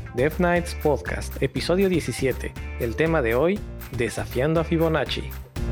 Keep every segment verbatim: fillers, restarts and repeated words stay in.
Dev Nights Podcast, episodio diecisiete. El tema de hoy, desafiando a Fibonacci.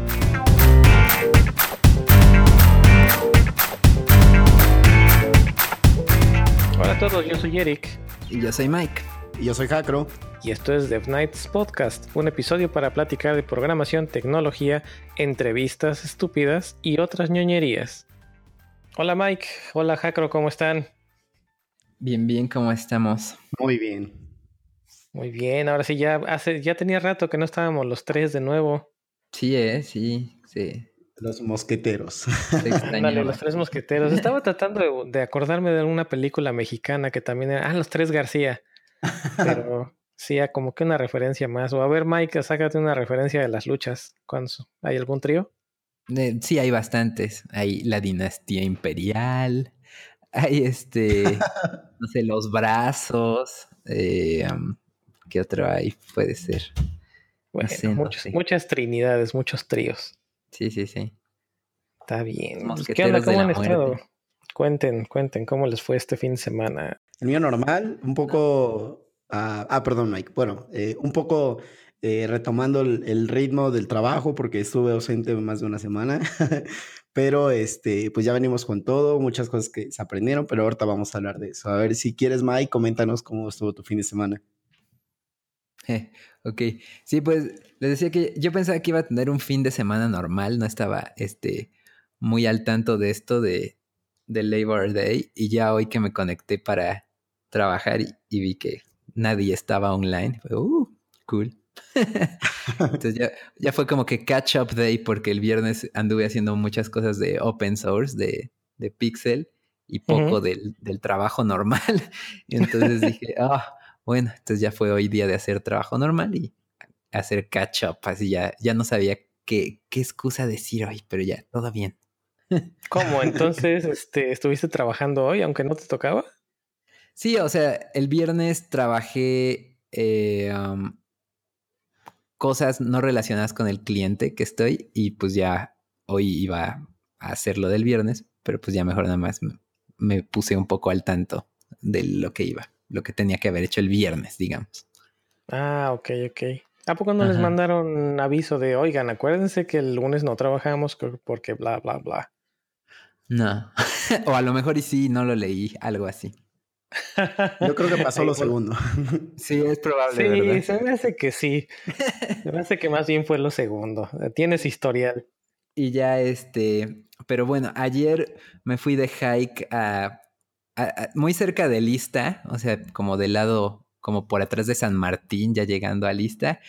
Hola a todos, yo soy Eric. Y yo soy Mike. Y yo soy Jacro. Y esto es Dev Nights Podcast, un episodio para platicar de programación, tecnología, entrevistas estúpidas y otras ñoñerías. Hola Mike, hola Jacro, ¿cómo están? Bien, bien, ¿cómo estamos? Muy bien. Muy bien, ahora sí, ya hace, ya tenía rato que no estábamos los tres de nuevo. Sí, eh, sí, sí. Los mosqueteros. Se extrañaba. Dale, los tres mosqueteros. Estaba tratando de, de acordarme de alguna película mexicana que también era... Ah, los tres García. Pero sí, como que una referencia más. O a ver, Mike, sácate una referencia de las luchas. ¿Cuándo? ¿Hay algún trío? Eh, sí, hay bastantes. Hay la dinastía imperial. Hay este, no sé, los brazos. Eh, um, ¿Qué otro hay? Puede ser. Bueno, No sé, no muchos, sé. muchas trinidades, muchos tríos. Sí, sí, sí. Está bien. Los ¿Qué onda? mosqueteros de ¿Cómo la han estado? muerte. Cuenten, cuenten, ¿cómo les fue este fin de semana? El mío normal, un poco... ah, ah, perdón, Mike. Bueno, eh, un poco eh, retomando el, el ritmo del trabajo porque estuve ausente más de una semana. Pero este, pues ya venimos con todo, muchas cosas que se aprendieron, pero ahorita vamos a hablar de eso. A ver, si quieres, Mike, coméntanos cómo estuvo tu fin de semana. Eh, ok, sí, pues les decía que yo pensaba que iba a tener un fin de semana normal, no estaba este, muy al tanto de esto de, de Labor Day y ya hoy que me conecté para trabajar y, y vi que nadie estaba online, fue, uh, cool. Entonces ya, ya fue como que catch up day porque el viernes anduve haciendo muchas cosas de open source, de, de Pixel y poco Ujú. del, del trabajo normal. Y entonces dije, ah, bueno, entonces ya fue hoy día de hacer trabajo normal y hacer catch up. Así ya, ya no sabía qué, qué excusa decir hoy, pero ya, todo bien. ¿Cómo? Entonces, este, ¿estuviste trabajando hoy, aunque no te tocaba? Sí, o sea, el viernes trabajé eh, um, cosas no relacionadas con el cliente que estoy y pues ya hoy iba a hacer lo del viernes, pero pues ya mejor nada más me, me puse un poco al tanto de lo que iba, lo que tenía que haber hecho el viernes, digamos. Ah, ok, ok. ¿A poco no les Ajá. mandaron aviso de, oigan, acuérdense que el lunes no trabajamos co- porque bla, bla, bla? No. O a lo mejor y sí, no lo leí, algo así. Yo creo que pasó Ahí lo por- segundo. Sí, es probable, Sí, ¿verdad? se me hace que sí. Se me hace que más bien fue lo segundo. Tienes historial. Y ya este, pero bueno, ayer me fui de hike a, a- a- muy cerca de Lista, o sea, como del lado, como por atrás de San Martín, ya llegando a Lista.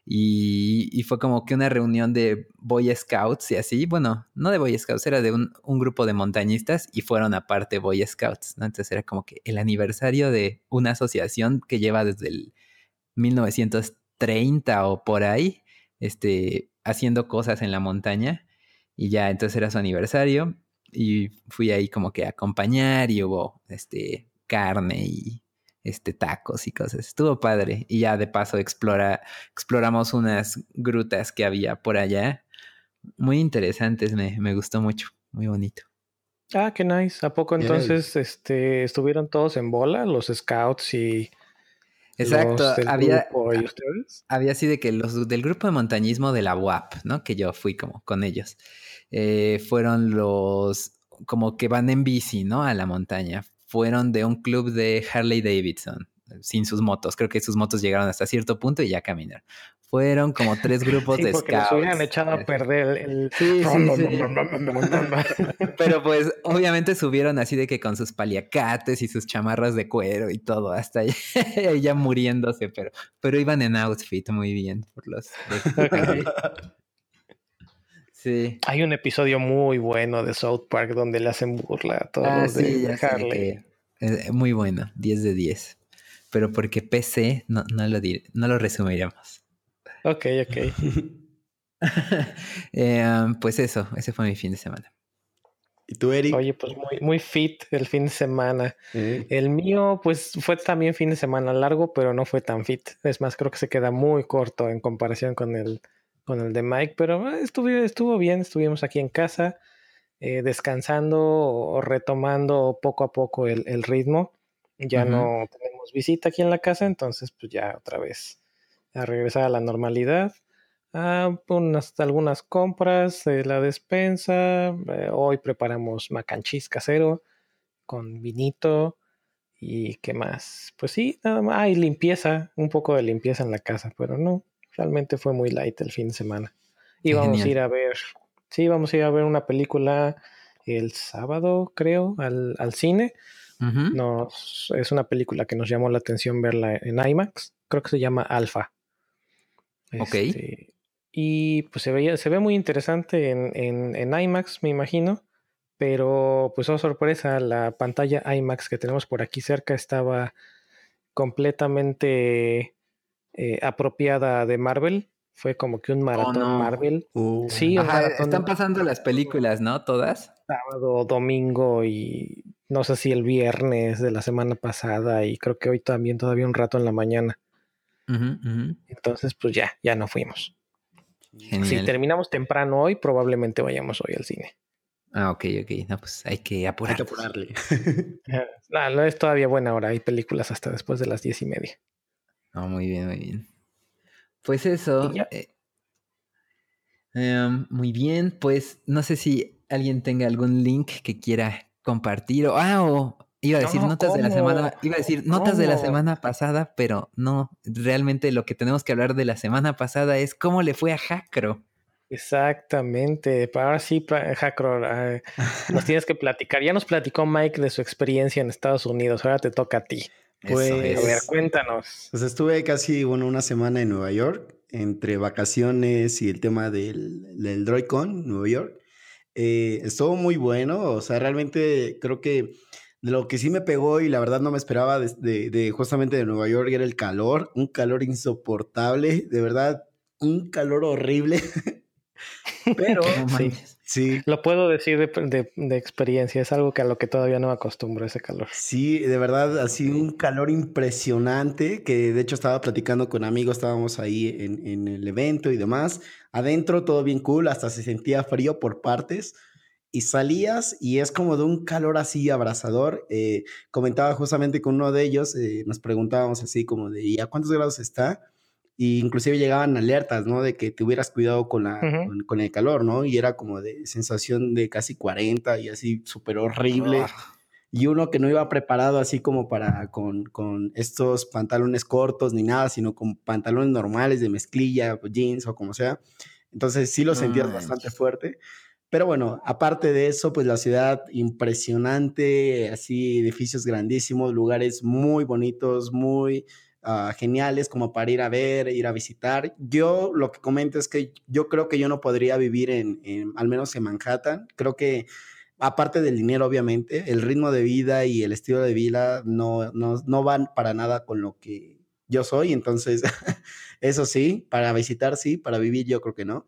Y, y fue como que una reunión de Boy Scouts y así. Bueno, no de Boy Scouts, era de un, un grupo de montañistas y fueron aparte Boy Scouts, ¿no? Entonces era como que el aniversario de una asociación que lleva desde el mil novecientos treinta o por ahí, este, haciendo cosas en la montaña. Y ya, entonces era su aniversario y fui ahí como que a acompañar y hubo, este, carne y este, tacos y cosas. Estuvo padre. Y ya de paso explora, exploramos unas grutas que había por allá. Muy interesantes, me, me gustó mucho. Muy bonito. Ah, qué nice. ¿A poco Yay. entonces este, estuvieron todos en bola, los scouts y Exacto, los del había, grupo y ustedes? había así de que los del grupo de montañismo de la U A P, ¿no? Que yo fui como con ellos. Eh, fueron los como que van en bici, ¿no? A la montaña. Fueron de un club de Harley Davidson, sin sus motos. Creo que sus motos llegaron hasta cierto punto y ya caminar. Fueron como tres grupos Sí, de porque les hubieran scouts. echado a perder el... Sí, sí, sí. el... Pero pues obviamente subieron así de que con sus paliacates y sus chamarras de cuero y todo, hasta ya, ya muriéndose, pero, pero iban en outfit muy bien por los de Ok. Harley. Sí. Hay un episodio muy bueno de South Park donde le hacen burla a todos Ah, los de, sí, de ya sé Harley. que es muy bueno, diez de diez. Pero porque P C no, no lo diré, no lo resumiremos. Ok, ok. eh, um, pues eso, ese fue mi fin de semana. ¿Y tú, Oye, Eric? pues muy, muy fit el fin de semana. Eh, El mío, pues fue también fin de semana largo, pero no fue tan fit. Es más, creo que se queda muy corto en comparación con el, con el de Mike, pero eh, estuvo, estuvo bien. Estuvimos aquí en casa, eh, descansando o retomando poco a poco el, el ritmo. Ya Ujú. no tenemos tenemos visita aquí en la casa, entonces pues ya otra vez a regresar a la normalidad. Ah, unas, algunas compras de la despensa. Eh, hoy preparamos mac and cheese casero con vinito. ¿Y qué más? Pues sí, nada más. Ah, y limpieza, un poco de limpieza en la casa, pero no, realmente fue muy light el fin de semana. Qué Íbamos a ir genial. a ver, sí, íbamos a ir a ver una película el sábado, creo, al, al cine. Ujú. Nos, es una película que nos llamó la atención verla en IMAX. Creo que se llama Alpha. Ok. Este, y pues se veía, se ve muy interesante en, en, en IMAX, me imagino. Pero, pues, oh sorpresa, la pantalla IMAX que tenemos por aquí cerca estaba completamente eh, apropiada de Marvel. Fue como que un Oh, maratón no. Marvel. Uh, Sí, un Ajá, maratón están pasando las películas, ¿no? Todas. sábado, domingo y no sé si el viernes de la semana pasada y creo que hoy también todavía un rato en la mañana. Ujú, ujú. Entonces, pues ya, ya no fuimos. Si Genial. terminamos temprano hoy, probablemente vayamos hoy al cine. Ah, ok, ok. No, pues hay que hay que apurarnos. apurarle. Ajá. No, no es todavía buena hora. Hay películas hasta después de las diez y media. No, muy bien, muy bien. Pues Y eso. ya. eh, em, muy bien, pues no sé si alguien tenga algún link que quiera compartir o... Ah, o iba a decir No, notas de la ¿cómo? semana, iba a decir notas de la ¿Cómo? semana pasada, pero no, realmente lo que tenemos que hablar de la semana pasada es cómo le fue a Jacro. Exactamente. Para ahora sí, pa- Jacro, ah, nos tienes que platicar. Ya nos platicó Mike de su experiencia en Estados Unidos. Ahora te toca a ti. Eso A ver, es. Pues, cuéntanos. pues estuve casi, bueno, una semana en Nueva York, entre vacaciones y el tema del, del DroidCon, Nueva York. Eh, estuvo muy bueno, o sea, realmente creo que de lo que sí me pegó y la verdad no me esperaba de, de- de justamente de Nueva York era el calor, un calor insoportable, de verdad, un calor horrible, No pero Sí, manches. sí, lo puedo decir de, de- de experiencia. Es algo que a lo que todavía no me acostumbro, ese calor. sí, de verdad, así Ok. un calor impresionante, que de hecho estaba platicando con amigos, estábamos ahí en, en el evento y demás, adentro todo bien cool, hasta se sentía frío por partes. Y salías y es como de un calor así abrasador. Eh, comentaba justamente con uno de ellos, eh, nos preguntábamos así como de, ¿y a cuántos grados está? Y inclusive llegaban alertas, ¿no? De que tuvieras cuidado con, la, Ujú. con, con el calor, ¿no? Y era como de sensación de casi cuarenta y así súper horrible. Ugh. Y uno que no iba preparado así como para con, con estos pantalones cortos ni nada, sino con pantalones normales de mezclilla, jeans o como sea. Entonces sí lo No sentías bastante manches. fuerte. Pero bueno, aparte de eso, pues la ciudad impresionante, así edificios grandísimos, lugares muy bonitos, muy uh, geniales como para ir a ver, ir a visitar. Yo lo que comento es que yo creo que yo no podría vivir en, en al menos en Manhattan. Creo que aparte del dinero, obviamente, el ritmo de vida y el estilo de vida no, no, no van para nada con lo que yo soy. Entonces, eso sí, para visitar sí, para vivir yo creo que no.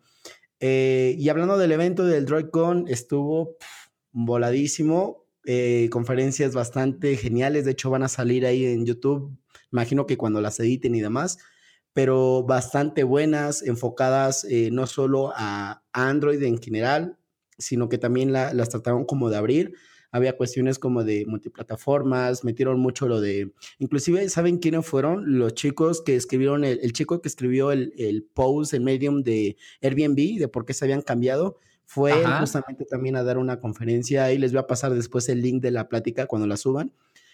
Eh, y hablando del evento del DroidCon, estuvo pf, voladísimo, eh, conferencias bastante geniales, de hecho van a salir ahí en YouTube, imagino que cuando las editen y demás, pero bastante buenas, enfocadas eh, no solo a Android en general, sino que también la, las trataron como de abrir. Había cuestiones como de multiplataformas, metieron mucho lo de... Inclusive, ¿saben quiénes fueron? Los chicos que escribieron, el, el chico que escribió el, el post en Medium de Airbnb, de por qué se habían cambiado, fue él Ajá. justamente también a dar una conferencia. Ahí les voy a pasar después el link de la plática cuando la suban.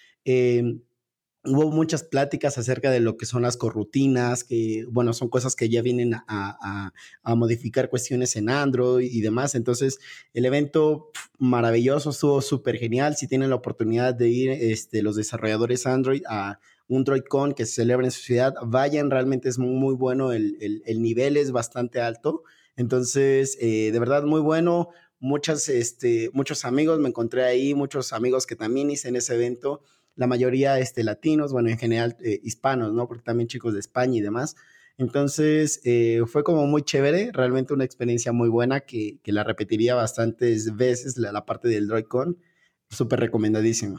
Eh, Hubo muchas pláticas acerca de lo que son las corrutinas, que, bueno, son cosas que ya vienen a, a, a modificar cuestiones en Android y demás. Entonces, el evento pf, maravilloso, estuvo súper genial. Si tienen la oportunidad de ir, este, los desarrolladores Android a un DroidCon que se celebra en su ciudad, vayan, realmente es muy, muy bueno, el, el, el nivel es bastante alto. Entonces, eh, de verdad, muy bueno. Muchas, este, muchos amigos me encontré ahí, muchos amigos que también hice en ese evento, la mayoría este, latinos, bueno, en general eh, hispanos, ¿no? Porque también chicos de España y demás. Entonces, eh, fue como muy chévere, realmente una experiencia muy buena que, que la repetiría bastantes veces, la, la parte del DroidCon, súper recomendadísima.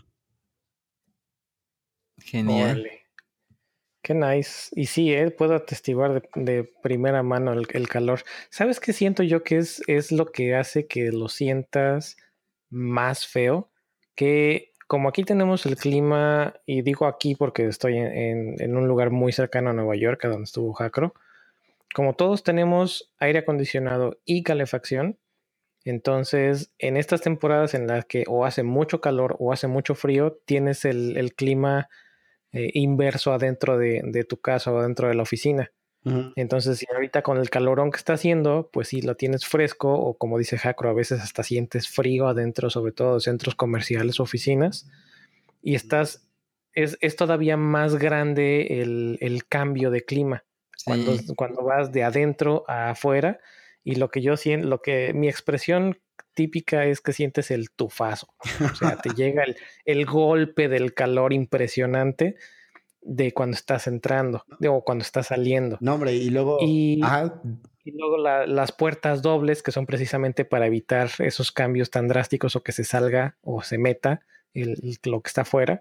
Genial. Órale. Qué nice. Y sí, eh, puedo atestiguar de, de primera mano el, el calor. ¿Sabes qué siento yo que es, es lo que hace que lo sientas más feo? Que como aquí tenemos el clima, y digo aquí porque estoy en, en, en un lugar muy cercano a Nueva York, a donde estuvo Jacro, como todos tenemos aire acondicionado y calefacción, entonces en estas temporadas en las que o hace mucho calor o hace mucho frío, tienes el, el clima eh, inverso adentro de, de tu casa o adentro de la oficina. Ujú. Entonces, si ahorita con el calorón que está haciendo, pues sí lo tienes fresco, o como dice Jacro, a veces hasta sientes frío adentro, sobre todo de centros comerciales, oficinas, y estás, es, es todavía más grande el, el cambio de clima cuando, Sí. cuando vas de adentro a afuera, y lo que yo siento, lo que mi expresión típica es que sientes el tufazo, o sea, te llega el, el golpe del calor impresionante de cuando estás entrando de, o cuando estás saliendo. No, hombre, y luego, Y, ajá, y luego la, las puertas dobles, que son precisamente para evitar esos cambios tan drásticos o que se salga o se meta el, el- lo que está afuera.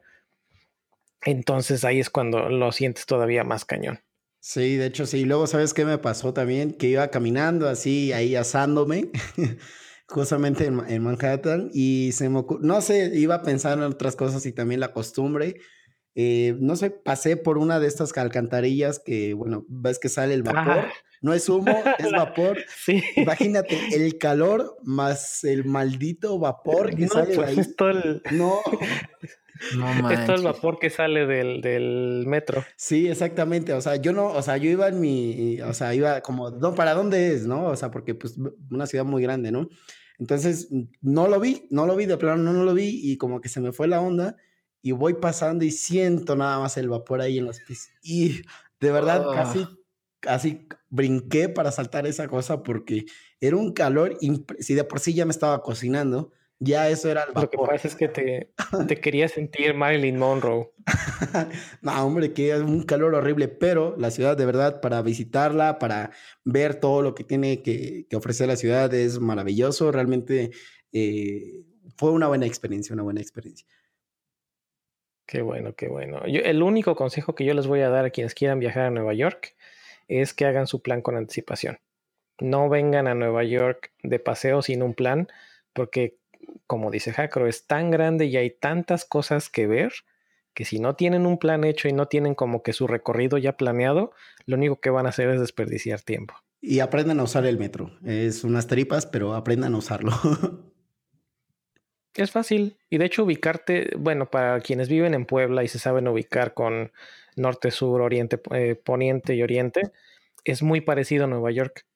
Entonces ahí es cuando lo sientes todavía más cañón. sí, de hecho sí. Y luego, ¿sabes qué me pasó también? Que iba caminando así, ahí asándome, justamente en, Ma- en Manhattan, y se me ocurrió, no sé, iba pensando en otras cosas y también la costumbre. Eh, no sé, pasé por una de estas alcantarillas que, bueno, ves que sale el Ah, vapor, no es humo, es la- vapor. sí. Imagínate el calor más el maldito vapor que No, sale de pues es ahí. todo el, No, No es todo el manches. vapor que sale del, del metro. sí, exactamente. O sea, yo no, o sea, yo iba en mi, o sea, iba como, no, ¿para dónde es, no? O sea, porque pues una ciudad muy grande, ¿no? Entonces, n- no lo vi, no lo vi, de plano no, no lo vi y como que se me fue la onda y voy pasando y siento nada más el vapor ahí en los pies. Y de verdad, Oh, casi, casi brinqué para saltar esa cosa porque era un calor, impre- si de por sí ya me estaba cocinando, ya eso era el Lo que vapor. pasa es que te, te quería sentir Marilyn Monroe. No, hombre, que es un calor horrible, pero la ciudad de verdad para visitarla, para ver todo lo que tiene que, que ofrecer la ciudad es maravilloso. Realmente eh, fue una buena experiencia, una buena experiencia. Qué bueno, qué bueno. Yo, el único consejo que yo les voy a dar a quienes quieran viajar a Nueva York es que hagan su plan con anticipación. No vengan a Nueva York de paseo sin un plan, porque, como dice Jacro, es tan grande y hay tantas cosas que ver que si no tienen un plan hecho y no tienen como que su recorrido ya planeado, lo único que van a hacer es desperdiciar tiempo. Y aprendan a usar el metro. Es unas tripas, pero aprendan a usarlo. Es fácil. Y de hecho ubicarte, bueno, para quienes viven en Puebla y se saben ubicar con norte, sur, oriente, eh, poniente y oriente, es muy parecido a Nueva York.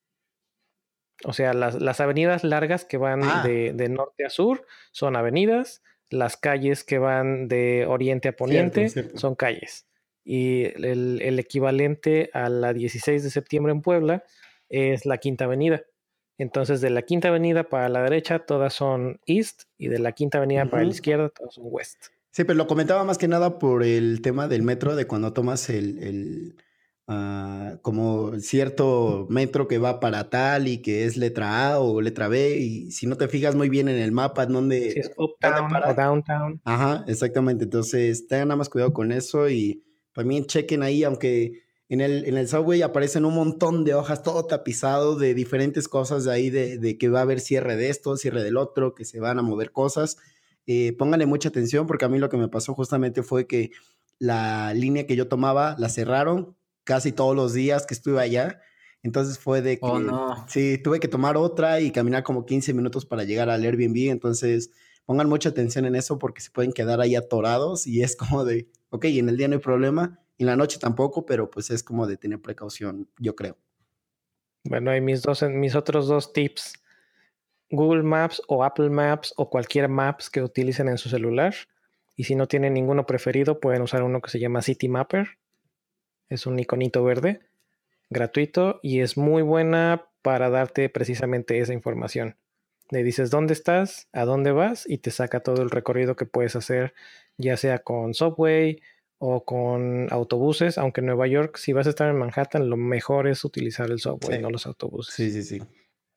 O sea, las, las avenidas largas que van Ah, de, de norte a sur son avenidas, las calles que van de oriente a cierto, poniente cierto. son calles. Y el, el equivalente a la dieciséis de septiembre en Puebla es la Quinta Avenida. Entonces, de la Quinta Avenida para la derecha, todas son east, y de la Quinta Avenida para la Ujú. izquierda, todas son west. Sí, pero lo comentaba más que nada por el tema del metro, de cuando tomas el, el, ah, como cierto metro que va para tal y que es letra A o letra B, y si no te fijas muy bien en el mapa en Si dónde, es dónde uptown o para. downtown. Ajá, exactamente. Entonces, tengan nada más cuidado con eso y también chequen ahí, aunque en el, en el subway aparecen un montón de hojas, todo tapizado de diferentes cosas de ahí, de, de que va a haber cierre de esto, cierre del otro, que se van a mover cosas. Eh, pónganle mucha atención porque a mí lo que me pasó justamente fue que la línea que yo tomaba la cerraron casi todos los días que estuve allá. Entonces fue de oh que no. sí, tuve que tomar otra y caminar como quince minutos para llegar al Airbnb. Entonces pongan mucha atención en eso porque se pueden quedar ahí atorados y es como de, ok, en el día no hay problema, en la noche tampoco, pero pues es como de tener precaución, yo creo. Bueno, hay mis, dos, mis otros dos tips. Google Maps o Apple Maps o cualquier Maps que utilicen en su celular. Y si no tienen ninguno preferido, pueden usar uno que se llama City Mapper. Es un iconito verde, gratuito, y es muy buena para darte precisamente esa información. Le dices dónde estás, a dónde vas, y te saca todo el recorrido que puedes hacer, ya sea con subway o con autobuses, aunque en Nueva York, si vas a estar en Manhattan, lo mejor es utilizar el Sí, subway, no los sí, autobuses. sí, sí.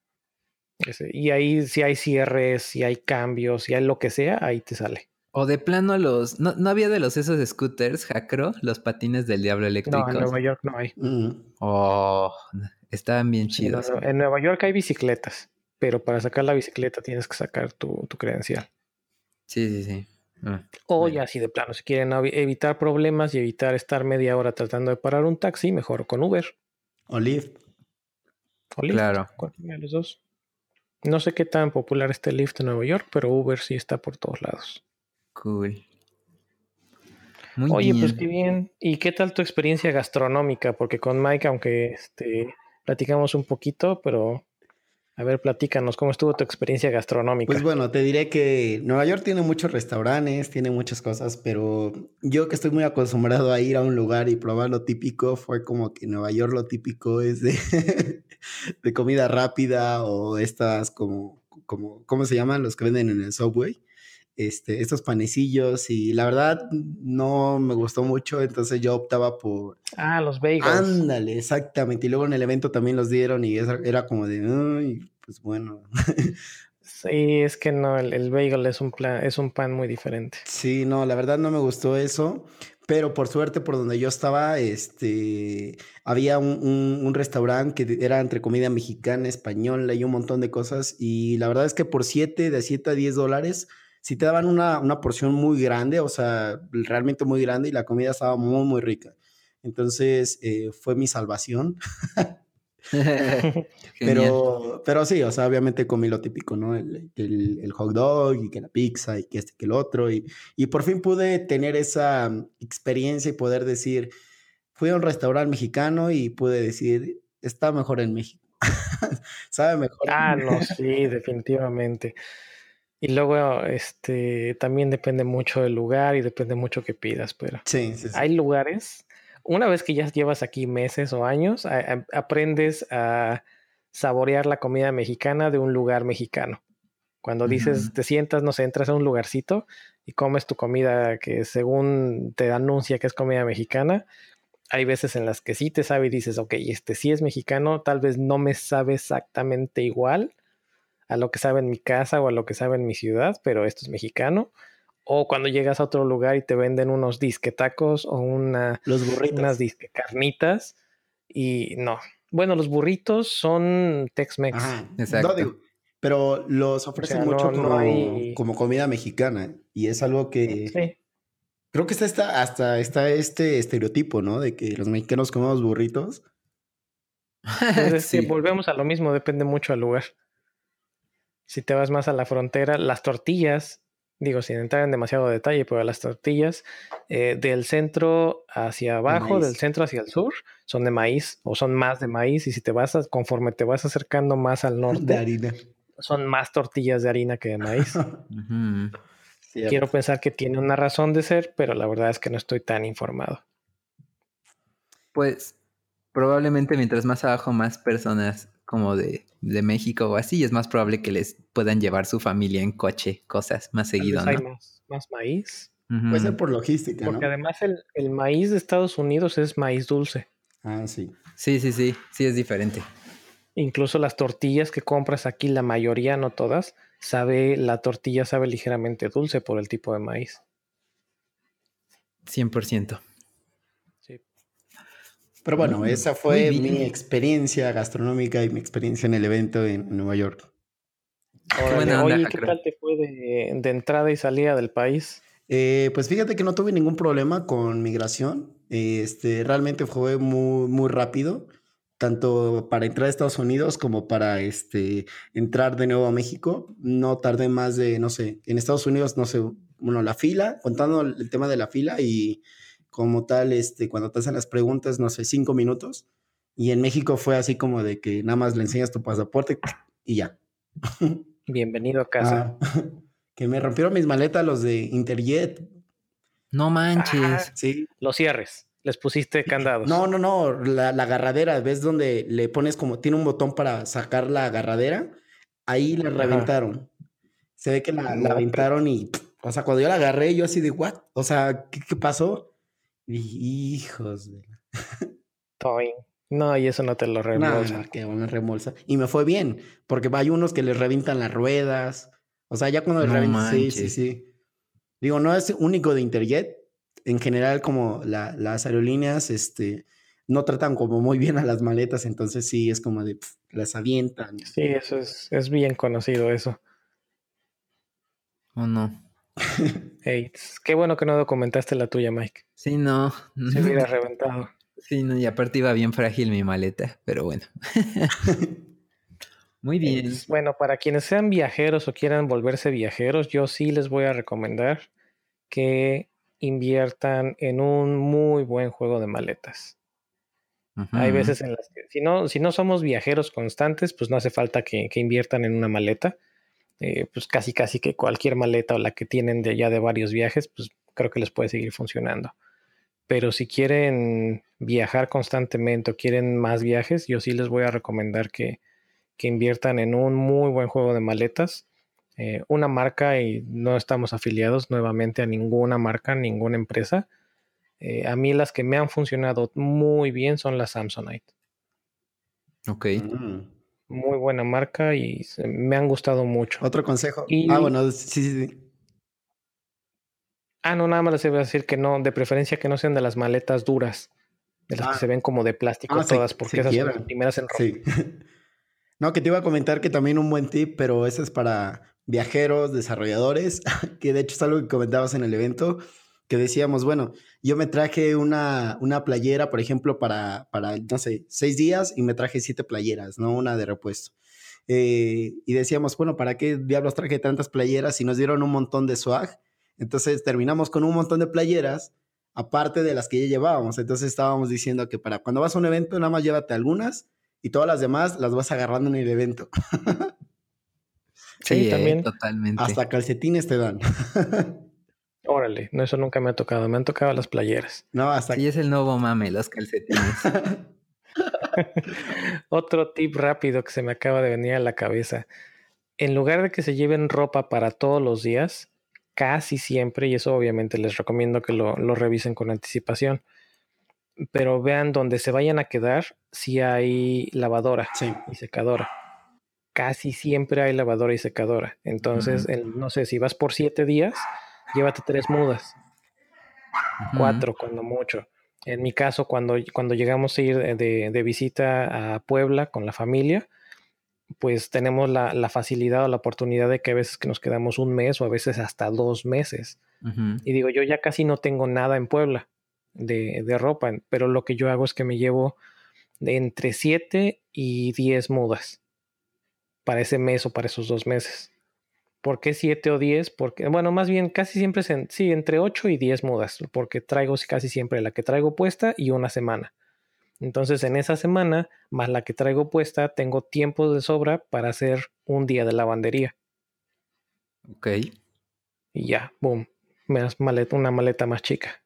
Ese, y ahí si hay cierres, si hay cambios, si hay lo que sea, ahí te sale. O de plano los... ¿No, no había de los esos scooters, Jacro? Los patines del diablo No, en eléctricos. Nueva York no hay. Mm. Oh, estaban bien Sí, no, chidos. no. En Nueva York hay bicicletas, pero para sacar la bicicleta tienes que sacar tu, tu credencial. Sí, sí, sí. Ah, O bueno. ya si de plano, si quieren evi- evitar problemas y evitar estar media hora tratando de parar un taxi, mejor con Uber O Lyft. o Lyft, Claro. cualquiera de los dos. No sé qué tan popular está el Lyft en Nueva York, pero Uber sí está por todos lados. Cool. Muy Oye, pues qué bien. bien. ¿Y qué tal tu experiencia gastronómica? Porque con Mike, aunque este, platicamos un poquito, pero a ver, platícanos, ¿cómo estuvo tu experiencia Pues gastronómica? bueno, te diré que Nueva York tiene muchos restaurantes, tiene muchas cosas, pero yo que estoy muy acostumbrado a ir a un lugar y probar lo típico, fue como que Nueva York lo típico es de, de comida rápida o estas como, como, ¿cómo se llaman? Los que venden en el Subway. Este, estos panecillos y la verdad no me gustó mucho, entonces yo optaba por, Ah, los bagels. ándale, exactamente, y luego en el evento también los dieron y esa- era como de, "Ay, pues bueno". Sí, es que no, el, el bagel es un plan, es un pan muy diferente. Sí, no, la verdad no me gustó eso, pero por suerte por donde yo estaba, este, había un, un, un restaurante que era entre comida mexicana, española y un montón de cosas, y la verdad es que por siete, de siete a diez dólares, sí te daban una, una porción muy grande, o sea, realmente muy grande, y la comida estaba muy, muy rica. Entonces, eh, fue mi salvación. Genial. Pero, pero sí, o sea, obviamente comí lo típico, ¿no? El, el, el hot dog y que la pizza y que este que el otro. Y, y por fin pude tener esa mm, experiencia y poder decir, fui a un restaurante mexicano y pude decir, está mejor en México. Sabe mejor Ah, en... no, sí, definitivamente. Y luego, este, también depende mucho del lugar y depende mucho que pidas, pero Sí, sí, sí. hay lugares, una vez que ya llevas aquí meses o años, a- a- aprendes a saborear la comida mexicana de un lugar mexicano. Cuando Ujú. dices, te sientas, no sé, entras a un lugarcito y comes tu comida que según te anuncia que es comida mexicana, hay veces en las que sí te sabe y dices, ok, este sí es mexicano, tal vez no me sabe exactamente igual a lo que sabe en mi casa o a lo que sabe en mi ciudad, pero esto es mexicano. O cuando llegas a otro lugar y te venden unos disque tacos o una, Los unas burritos. disque carnitas y no. Bueno, los burritos son Tex-Mex. Ajá, no Exacto. digo, pero los O ofrecen sea, no, mucho no como, hay... como comida mexicana y es algo que Sí, creo que está, esta- hasta está este estereotipo, ¿no? De que los mexicanos comemos burritos. pues es que Sí. volvemos a lo mismo, depende mucho al lugar. Si te vas más a la frontera, las tortillas, digo, sin entrar en demasiado detalle, pero las tortillas eh, del centro hacia De abajo, del maíz, centro hacia el sur, son de maíz o son más de maíz. Y si te vas, a- conforme te vas acercando más al de norte, harina. son más tortillas de harina que de maíz. Ujú. Quiero Cierto. pensar que tiene una razón de ser, pero la verdad es que no estoy tan informado. Pues probablemente mientras más abajo más personas como de, de México o así, es más probable que les puedan llevar su familia en coche cosas más Tal seguido, vez hay ¿no? más, más maíz, Puede ser Ujú. por logística, porque ¿no? además el, el maíz de Estados Unidos es maíz dulce. Ah, sí. Sí, sí, sí, sí es diferente. Incluso las tortillas que compras aquí, la mayoría, no todas, sabe, la tortilla sabe ligeramente dulce por el tipo de maíz. cien por ciento. Sí. Pero bueno, Mm, esa muy fue mi bien. experiencia gastronómica y mi experiencia en el evento en Nueva York. Qué Órale, buena onda, oye, ¿qué Jacro. tal te fue de, de entrada y salida del país? Eh, pues fíjate que no tuve ningún problema con migración. Este, realmente fue muy, muy rápido, tanto para entrar a Estados Unidos como para este, entrar de nuevo a México. No tardé más de, no sé, en Estados Unidos, no sé, bueno, la fila, contando el tema de la fila y como tal, este, cuando te hacen las preguntas, no sé, cinco minutos. Y en México fue así como de que nada más le enseñas tu pasaporte y ya. Bienvenido a casa. Ah, que me rompieron mis maletas los de Interjet. No Ah, manches. Sí. los cierres. Les pusiste No, candados. no, no, la, la agarradera, ¿ves donde le pones como, tiene un botón para sacar la agarradera? Ahí la Ajá. reventaron. Se ve que la, la No, pues, aventaron y, o sea, cuando yo la agarré, yo así de, ¿what? O sea, ¿qué, qué pasó? Y, hijos de... toin. No, y eso no te lo No, no, reembolsan. que una remolsa. Y me fue bien, porque hay unos que les revientan las ruedas. O sea, ya cuando les No revientan, sí, sí, manches. sí. Digo, no es único de Interjet. En general, como la- las aerolíneas, este, no tratan como muy bien a las maletas, entonces sí, es como de, pf, las avientan. Sí, eso es, es bien conocido eso. Oh, no. Hey, qué bueno que no documentaste la tuya, Mike. Sí, no. Se hubiera reventado. Sí, no, y aparte iba bien frágil mi maleta, pero bueno. Muy bien. Hey, bueno, para quienes sean viajeros o quieran volverse viajeros, yo sí les voy a recomendar que inviertan en un muy buen juego de maletas. Ujú. Hay veces en las que, si no, si no somos viajeros constantes, pues no hace falta que, que inviertan en una maleta. Eh, pues casi casi que cualquier maleta o la que tienen de ya de varios viajes, pues creo que les puede seguir funcionando. Pero si quieren viajar constantemente o quieren más viajes, yo sí les voy a recomendar que, que inviertan en un muy buen juego de maletas. Eh, una marca, y no estamos afiliados nuevamente a ninguna marca, ninguna empresa. Eh, a mí las que me han funcionado muy bien son las Samsonite. Ok. Mm. Muy buena marca y se- me han gustado mucho. Otro consejo. Ah, Y, bueno, sí, sí, sí. ah, no, nada más les iba a decir que no, de preferencia que no sean de las maletas duras, de las que se Ah, ven como de plástico ah, todas, se, porque se esas son las quiebran. primeras en romper. Sí. No, que te iba a comentar que también un buen tip, pero ese es para viajeros, desarrolladores, que de hecho es algo que comentabas en el evento, que decíamos, bueno, yo me traje una, una playera, por ejemplo, para, para, no sé, seis días y me traje siete playeras, ¿no? Una de repuesto. Eh, y decíamos, bueno, ¿para qué diablos traje tantas playeras si nos dieron un montón de swag? Entonces terminamos con un montón de playeras, aparte de las que ya llevábamos. Entonces estábamos diciendo que para cuando vas a un evento, nada más llévate algunas y todas las demás las vas agarrando en el evento. Sí, Sí, eh, también. totalmente. Hasta calcetines te dan. Órale, no, eso nunca me ha tocado, me han tocado las playeras. No, hasta... Sí, es el nuevo mame, los calcetines. Otro tip rápido que se me acaba de venir a la cabeza. En lugar de que se lleven ropa para todos los días, casi siempre, y eso obviamente les recomiendo que lo, lo revisen con anticipación, pero vean donde se vayan a quedar si hay lavadora Sí. y secadora. Casi siempre hay lavadora y secadora. Entonces, Ujú, el- no sé, si vas por siete días, llévate tres mudas, ujú. cuatro cuando mucho. En mi caso, cuando, cuando llegamos a ir de, de- de visita a Puebla con la familia, pues tenemos la, la facilidad o la oportunidad de que a veces que nos quedamos un mes o a veces hasta dos meses. Ujú. Y digo, yo ya casi no tengo nada en Puebla de, de ropa, pero lo que yo hago es que me llevo de entre siete y diez mudas para ese mes o para esos dos meses. ¿Por qué siete o diez? Porque, bueno, más bien casi siempre es en, sí, entre ocho y diez mudas, porque traigo casi siempre la que traigo puesta y una semana. Entonces, en esa semana, más la que traigo puesta, tengo tiempo de sobra para hacer un día de lavandería. Ok. Y ya, boom, más maleta, una maleta más chica.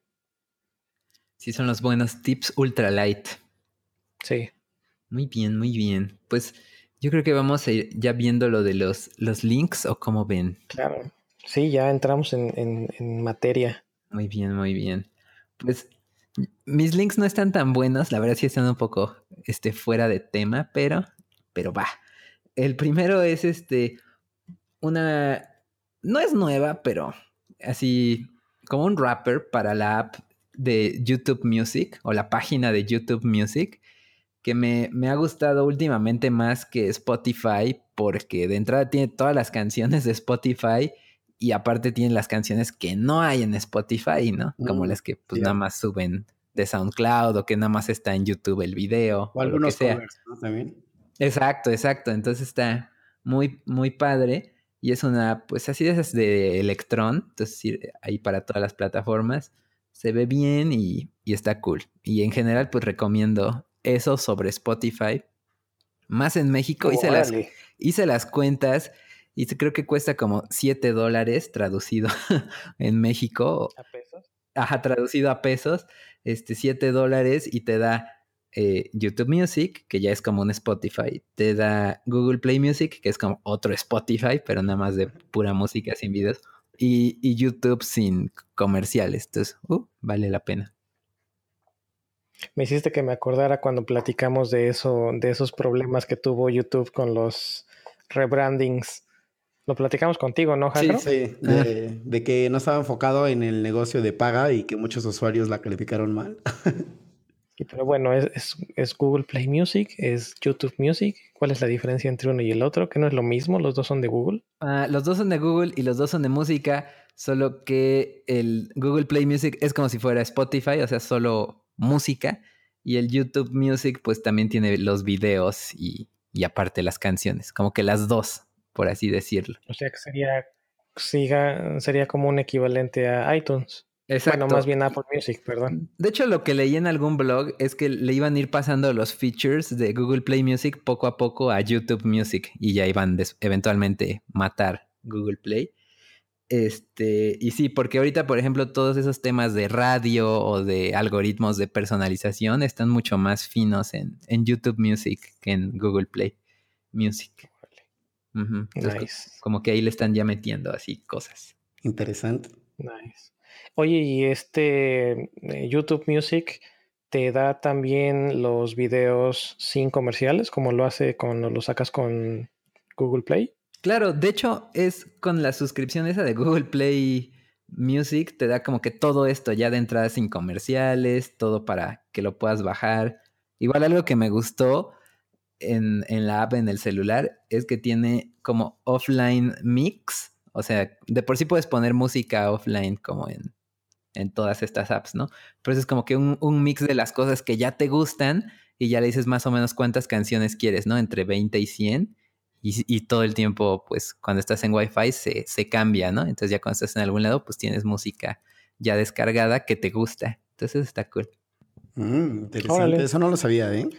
Sí, son los buenos tips ultra light. Sí, Muy bien, muy bien. Pues yo creo que vamos a ir ya viendo lo de los, los links o cómo ven. claro. Sí, ya entramos en, en, en materia. Muy bien, muy bien. Pues mis links no están tan buenos, la verdad sí están un poco este, fuera de tema, pero, pero va. El primero es este, una, no es nueva, pero así como un wrapper para la app de YouTube Music o la página de YouTube Music que me, me ha gustado últimamente más que Spotify porque de entrada tiene todas las canciones de Spotify y aparte tiene las canciones que no hay en Spotify, ¿no? Como Mm, las que pues nada cierto. más suben de SoundCloud o que nada más está en YouTube el video O o lo que algunos sea. covers, ¿no? También. Exacto, exacto. Entonces está muy, muy padre. Y es una, pues así de esas de Electron. Entonces sí, ahí para todas las plataformas. Se ve bien y, y está cool. Y en general, pues recomiendo eso sobre Spotify. Más en México. Hice las, Órale. hice las cuentas y creo que cuesta como siete dólares traducido en México. ¿A pesos? Ajá, traducido a pesos, este, siete dólares y te da eh, YouTube Music, que ya es como un Spotify, te da Google Play Music, que es como otro Spotify, pero nada más de pura música sin videos, y, y YouTube sin comerciales. Entonces, uh, vale la pena. Me hiciste que me acordara cuando platicamos de eso, de esos problemas que tuvo YouTube con los rebrandings. Lo platicamos contigo, ¿no, Sí, Jacro? sí, Ah, de, de que no estaba enfocado en el negocio de paga y que muchos usuarios la calificaron mal. Sí, pero bueno, es, es, es Google Play Music, es YouTube Music. ¿Cuál es la diferencia entre uno y el otro? ¿Que no es lo mismo? ¿Los dos son de Google? ah, los dos son de Google y los dos son de música, Solo que el Google Play Music es como si fuera Spotify, o sea, solo música. Y el YouTube Music pues también tiene los videos y, y aparte las canciones. Como que las dos, por así decirlo. O sea que sería, siga, sería como un equivalente a iTunes. Exacto. Bueno, más bien Apple Music, perdón. De hecho, lo que leí en algún blog es que le iban a ir pasando los features de Google Play Music poco a poco a YouTube Music y ya iban des- eventualmente matar Google Play. Este, y sí, porque ahorita, por ejemplo, todos esos temas de radio o de algoritmos de personalización están mucho más finos en, en YouTube Music que en Google Play Music. Uh-huh. Entonces, Nice. como que ahí le están ya metiendo así cosas. Interesante. Nice. Oye, ¿y este eh, YouTube Music te da también los videos sin comerciales, como lo hace cuando lo sacas con Google Play? Claro, de hecho es con la suscripción esa de Google Play Music, te da como que todo esto ya de entrada sin comerciales, todo para que lo puedas bajar. Igual algo que me gustó en, en la app en el celular es que tiene como offline mix, o sea, de por sí puedes poner música offline como en, en todas estas apps, ¿no? Pero es como que un, un mix de las cosas que ya te gustan y ya le dices más o menos cuántas canciones quieres, ¿no? Entre veinte y cien. Y, y todo el tiempo, pues, cuando estás en Wi-Fi se, se cambia, ¿no? Entonces ya cuando estás en algún lado, pues tienes música ya descargada que te gusta. Entonces está cool. Mm, interesante. Órale. Eso no lo sabía, ¿eh?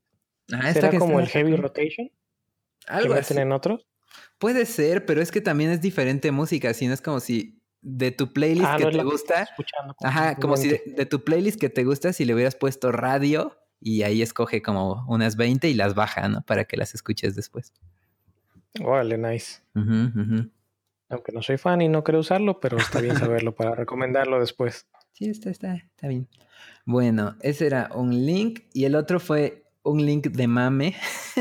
Ah, está ¿Será que como está, el está heavy cool. rotation que Algo meten así. en otros? Puede ser, pero es que también es diferente música, si no es como si de tu playlist Ah, que no es te la que estás gusta, escuchando ajá, como si de, constantemente. de tu playlist que te gusta, si le hubieras puesto radio y ahí escoge como unas veinte y las baja, ¿no? Para que las escuches después. Órale, nice. Ujú, ujú. Aunque no soy fan y no creo usarlo, pero está bien saberlo para recomendarlo después. Sí, está, está, está bien. Bueno, ese era un link y el otro fue un link de mame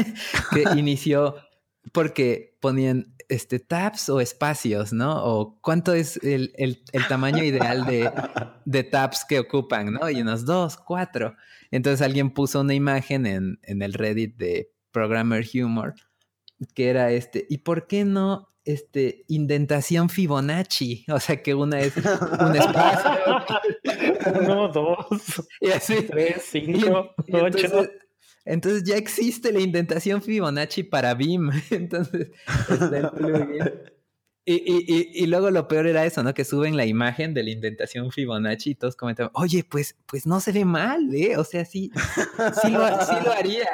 que inició porque ponían este, tabs o espacios, ¿no? O cuánto es el, el, el tamaño ideal de, de tabs que ocupan, ¿no? Y unos dos, cuatro. Entonces alguien puso una imagen en, en el Reddit de Programmer Humor que era este, ¿y por qué no este, indentación Fibonacci? O sea, que una es un espacio Uno, dos, y así. tres, Y, cinco, y ocho. entonces, entonces ya existe la indentación Fibonacci para B I M. Entonces está el plugin. Y, y, y, y luego lo peor era eso, ¿no? Que suben la imagen de la indentación Fibonacci y todos comentan, oye, pues, pues no se ve mal, ¿eh? O sea, sí, sí lo, sí lo haría.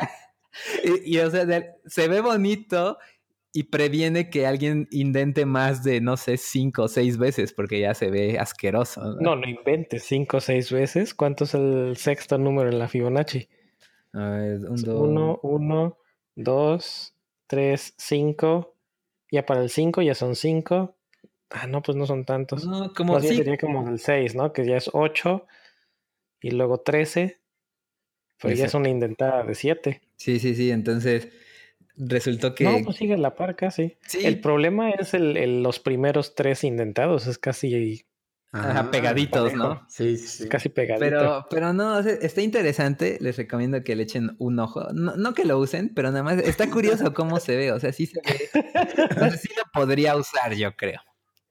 Y, y, o sea, de, se ve bonito y previene que alguien indente más de, no sé, cinco o seis veces porque ya se ve asqueroso, ¿no? No, no inventes cinco o seis veces. ¿Cuánto es el sexto número en la Fibonacci? A ver, un, dos. Uno, uno, dos, tres, cinco. Ya para el cinco ya son cinco. Ah, no, pues no son tantos. No, como, Más bien sí. sería como del seis, ¿no? Que ya es ocho y luego trece. Pero ya es Exacto. una indentada de siete. Sí, sí, sí. Entonces resultó No, que. pues sigue la par casi. El Sí, problema es el, el- los primeros tres indentados. Es casi ajá, Ah, pegaditos, parejo. ¿no? sí, sí, Es sí. casi pegadito. Pero, pero no, o sea, está interesante. Les recomiendo que le echen un ojo. No, no que lo usen, pero nada más está curioso cómo se ve. O sea, sí se ve. O sea, sí lo podría usar, yo creo.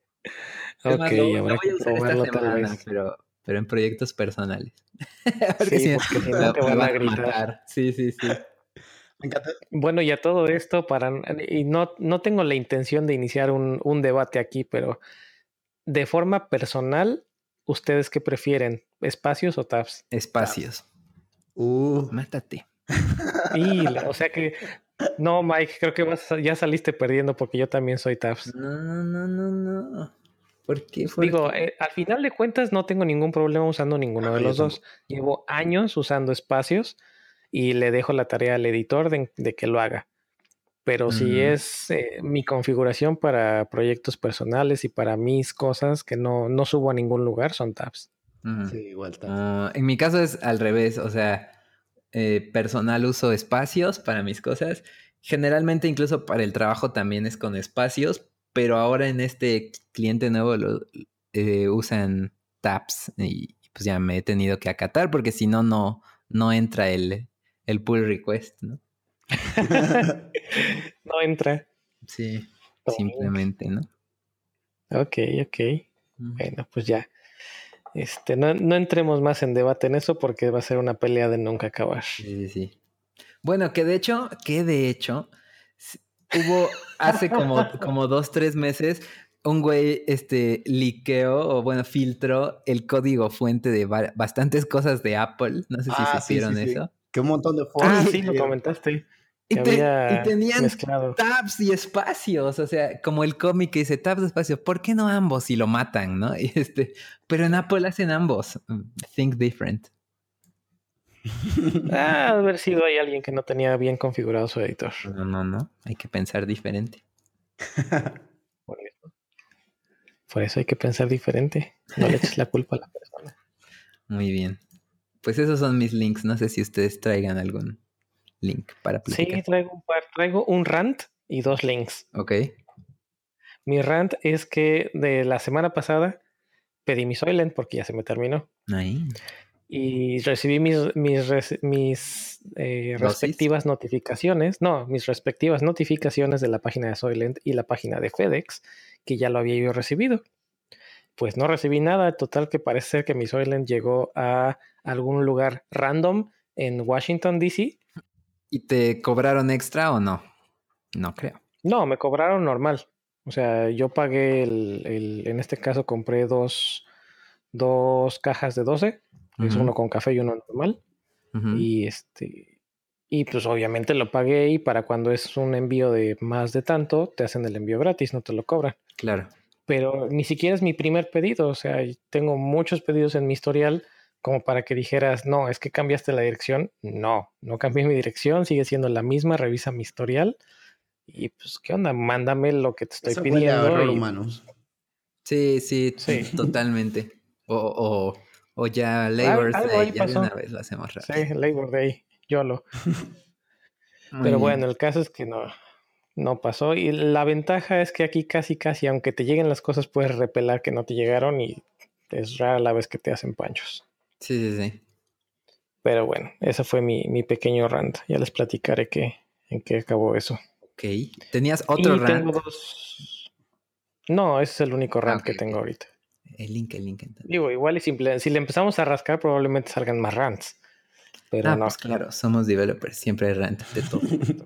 Es Ok, más, lo, lo habrá voy que a usar esta probarlo tal semana, vez. pero, pero en proyectos personales. Porque Sí, si no, porque si no me, te me van a van a gritar. matar. Sí, sí, sí. Me encanta. Bueno, y a todo esto, para, y no, no tengo la intención de iniciar un, un debate aquí, pero de forma personal, ¿ustedes qué prefieren? ¿Espacios o tabs? Espacios. Uh. Mátate. Y, la- o sea que, no, Mike, creo que vas, a- ya saliste perdiendo porque yo también soy tabs. No, no, no, no. ¿Por qué? ¿Por Digo, qué? eh, al final de cuentas no tengo ningún problema usando ninguno de Ah, yo los dos. tampoco. Llevo años usando espacios y le dejo la tarea al editor de, de que lo haga. Pero si Mm, es eh, mi configuración para proyectos personales y para mis cosas que no, no subo a ningún lugar, son tabs. mm. Sí, igual está. Ah, en mi caso es al revés, o sea, eh, personal uso espacios para mis cosas. Generalmente incluso para el trabajo también es con espacios, pero ahora en este cliente nuevo lo, eh, usan tabs y pues ya me he tenido que acatar porque si no, no, no entra el, el pull request, ¿no? No entra. Sí, Toink. simplemente, ¿no? Ok, ok. Bueno, pues ya. Este, no, no entremos más en debate en eso porque va a ser una pelea de nunca acabar. Sí, sí, sí. Bueno, que de hecho, que de hecho, hubo hace como, como dos, tres meses, un güey este, liqueó o bueno, filtró el código fuente de ba- bastantes cosas de Apple. No sé si Ah, sí, supieron sí, sí. eso. Que un montón de Ah, foros sí, lo salieron. comentaste. Y, Que te- y había tenían mezclado. tabs y espacios, o sea, como el cómic que dice tabs y espacios, ¿por qué no ambos? Y lo matan, ¿no? Y este, pero en Apple hacen ambos. Think different. Ah, haber sido ahí alguien que no tenía bien configurado su editor. No, no, no. Hay que pensar diferente. Por eso, por eso hay que pensar diferente. No le eches la culpa a la persona. Muy bien. Pues esos son mis links. No sé si ustedes traigan algún link para Sí, platicar. traigo un par, traigo un rant y dos links. Ok. Mi rant es que de la semana pasada pedí mi Soylent porque ya se me terminó. Ahí. Y recibí mis, mis, res- mis eh, ¿Dosis? respectivas notificaciones, no, mis respectivas notificaciones de la página de Soylent y la página de FedEx, que ya lo había yo recibido. Pues no recibí nada, total que parece ser que mi Soylent llegó a algún lugar random en Washington, D C. ¿Y te cobraron extra o no? No creo. No, me cobraron normal. O sea, yo pagué el, el en este caso compré dos, dos cajas de doce, es Ujú, uno con café y uno normal. ujú. Y este, y pues obviamente lo pagué y para cuando es un envío de más de tanto, te hacen el envío gratis, no te lo cobran. Claro. Pero ni siquiera es mi primer pedido, o sea, tengo muchos pedidos en mi historial como para que dijeras, no, es que cambiaste la dirección. No, no cambié mi dirección, sigue siendo la misma, revisa mi historial y pues, ¿qué onda? Mándame lo que te estoy Eso huele a pidiendo error y humano. Sí, sí, sí, totalmente. O, o, o ya Al- Labor algo ahí Day, ya de una pasó. vez lo hacemos Sí, rápido. Labor Day, YOLO. Muy Pero bien. bueno, el caso es que no, no pasó. Y la ventaja es que aquí casi, casi, aunque te lleguen las cosas, puedes repelar que no te llegaron y es rara la vez que te hacen panchos. Sí, sí, sí. Pero bueno, ese fue mi, mi pequeño rant. Ya les platicaré que, en qué acabó eso. Ok. ¿Tenías otro Y rant? tengo dos... No, ese es el único Ah, rant ok, que tengo ok. ahorita. El link, el link entonces. Digo, igual y simple, si le empezamos a rascar, probablemente salgan más rants. Pero Ah, no. pues claro, somos developers, siempre hay rant de todo.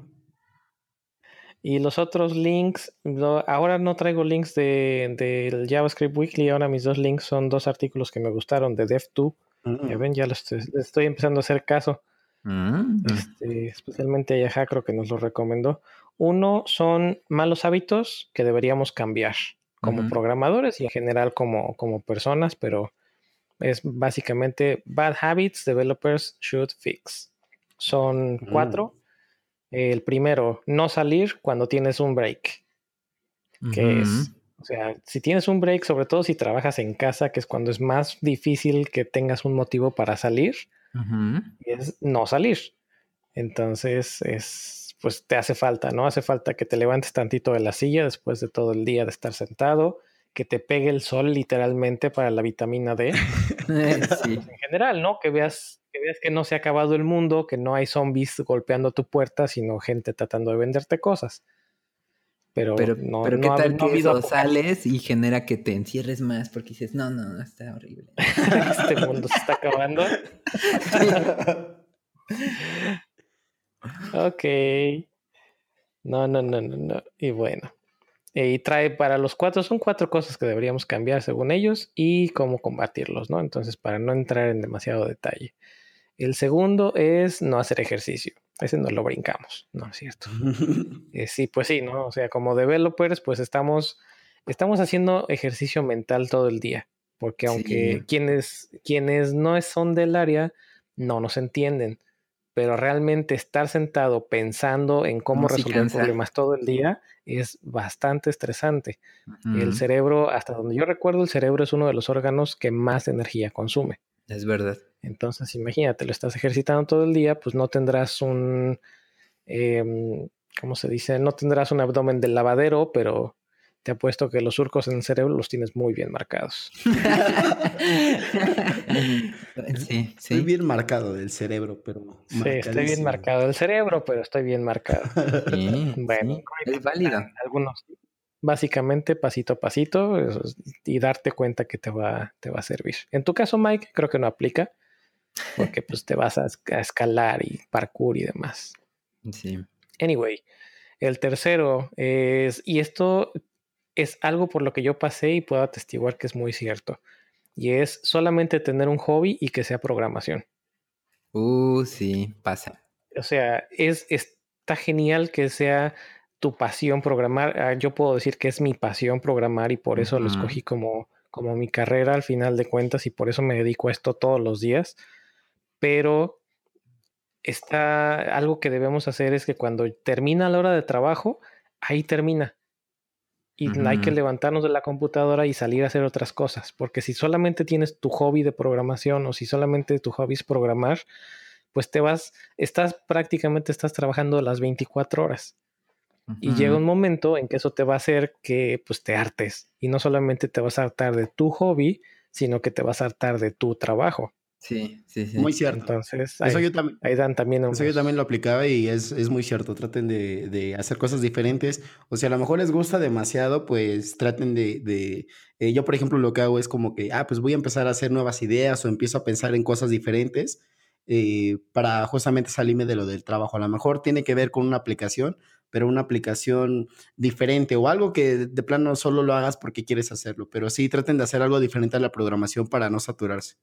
Y los otros links, no, ahora no traigo links de, del JavaScript Weekly, ahora mis dos links son dos artículos que me gustaron de Dev dos. Ya ven, ya les estoy, les estoy empezando a hacer caso. Mm. Este, especialmente a Yaha, creo que nos lo recomendó. Uno son malos hábitos que deberíamos cambiar como Ujú. programadores y en general como, como personas, pero es básicamente Bad Habits Developers Should Fix. Son cuatro. El primero, no salir cuando tienes un break. ¿Qué Ujú. es? O sea, si tienes un break, sobre todo si trabajas en casa, que es cuando es más difícil que tengas un motivo para salir, Ujú. es no salir. Entonces, es, pues te hace falta, ¿no? Hace falta que te levantes tantito de la silla después de todo el día de estar sentado, que te pegue el sol literalmente para la vitamina D. Sí. En general, ¿no? Que veas, que veas que no se ha acabado el mundo, que no hay zombies golpeando tu puerta, sino gente tratando de venderte cosas. Pero Pero, no, pero ¿qué no, ha, tal no ha que habido eso apocalipsis. sales y genera que te encierres más? Porque dices, no, no, no, está horrible. Este mundo se está acabando. Ok. No, no, no, no, no. Y bueno. Y trae para los cuatro, son cuatro cosas que deberíamos cambiar según ellos y cómo combatirlos, ¿no? Entonces, para no entrar en demasiado detalle. El segundo es no hacer ejercicio. Ese no lo brincamos, no es cierto. Eh, sí, pues sí, ¿no? O sea, como developers, pues estamos, estamos haciendo ejercicio mental todo el día. Porque Sí, aunque quienes, quienes no son del área no nos entienden, pero realmente estar sentado pensando en cómo no, sí resolver cansa. problemas todo el día es bastante estresante. El Ujú. cerebro, hasta donde yo recuerdo, el cerebro es uno de los órganos que más energía consume. Es verdad. Entonces, imagínate, lo estás ejercitando todo el día, pues no tendrás un, eh, ¿cómo se dice? No tendrás un abdomen del lavadero, pero te apuesto que los surcos en el cerebro los tienes muy bien marcados. Sí, Estoy sí. bien marcado del cerebro, pero Sí, estoy bien marcadísimo. marcado del cerebro, pero estoy bien marcado. Sí, Bueno, sí. Es válido. algunos, básicamente pasito a pasito y darte cuenta que te va, te va a servir. En tu caso, Mike, creo que no aplica porque pues te vas a, a escalar y parkour y demás. Sí. Anyway, el tercero es, y esto es algo por lo que yo pasé y puedo atestiguar que es muy cierto, y es solamente tener un hobby y que sea programación. Uh, sí, pasa. O sea, es, está genial que sea tu pasión programar. Yo puedo decir que es mi pasión programar y por eso uh-huh. lo escogí como, como mi carrera al final de cuentas y por eso me dedico a esto todos los días. Pero está algo que debemos hacer es que cuando termina la hora de trabajo, ahí termina. Y uh-huh. hay que levantarnos de la computadora y salir a hacer otras cosas. Porque si solamente tienes tu hobby de programación o si solamente tu hobby es programar, pues te vas, estás prácticamente estás trabajando las veinticuatro horas. Uh-huh. Y llega un momento en que eso te va a hacer que pues te hartes. Y no solamente te vas a hartar de tu hobby, sino que te vas a hartar de tu trabajo. Sí, sí, sí. Muy cierto. Entonces, eso ahí, yo también, ahí dan también unos... Eso yo también lo aplicaba y es, es muy cierto. Traten de, de hacer cosas diferentes. O sea, a lo mejor les gusta demasiado, pues traten de... de eh, yo, por ejemplo, lo que hago es como que, ah, pues voy a empezar a hacer nuevas ideas o empiezo a pensar en cosas diferentes eh, para justamente salirme de lo del trabajo. A lo mejor tiene que ver con una aplicación, pero una aplicación diferente o algo que de plano solo lo hagas porque quieres hacerlo. Pero sí, traten de hacer algo diferente a la programación para no saturarse.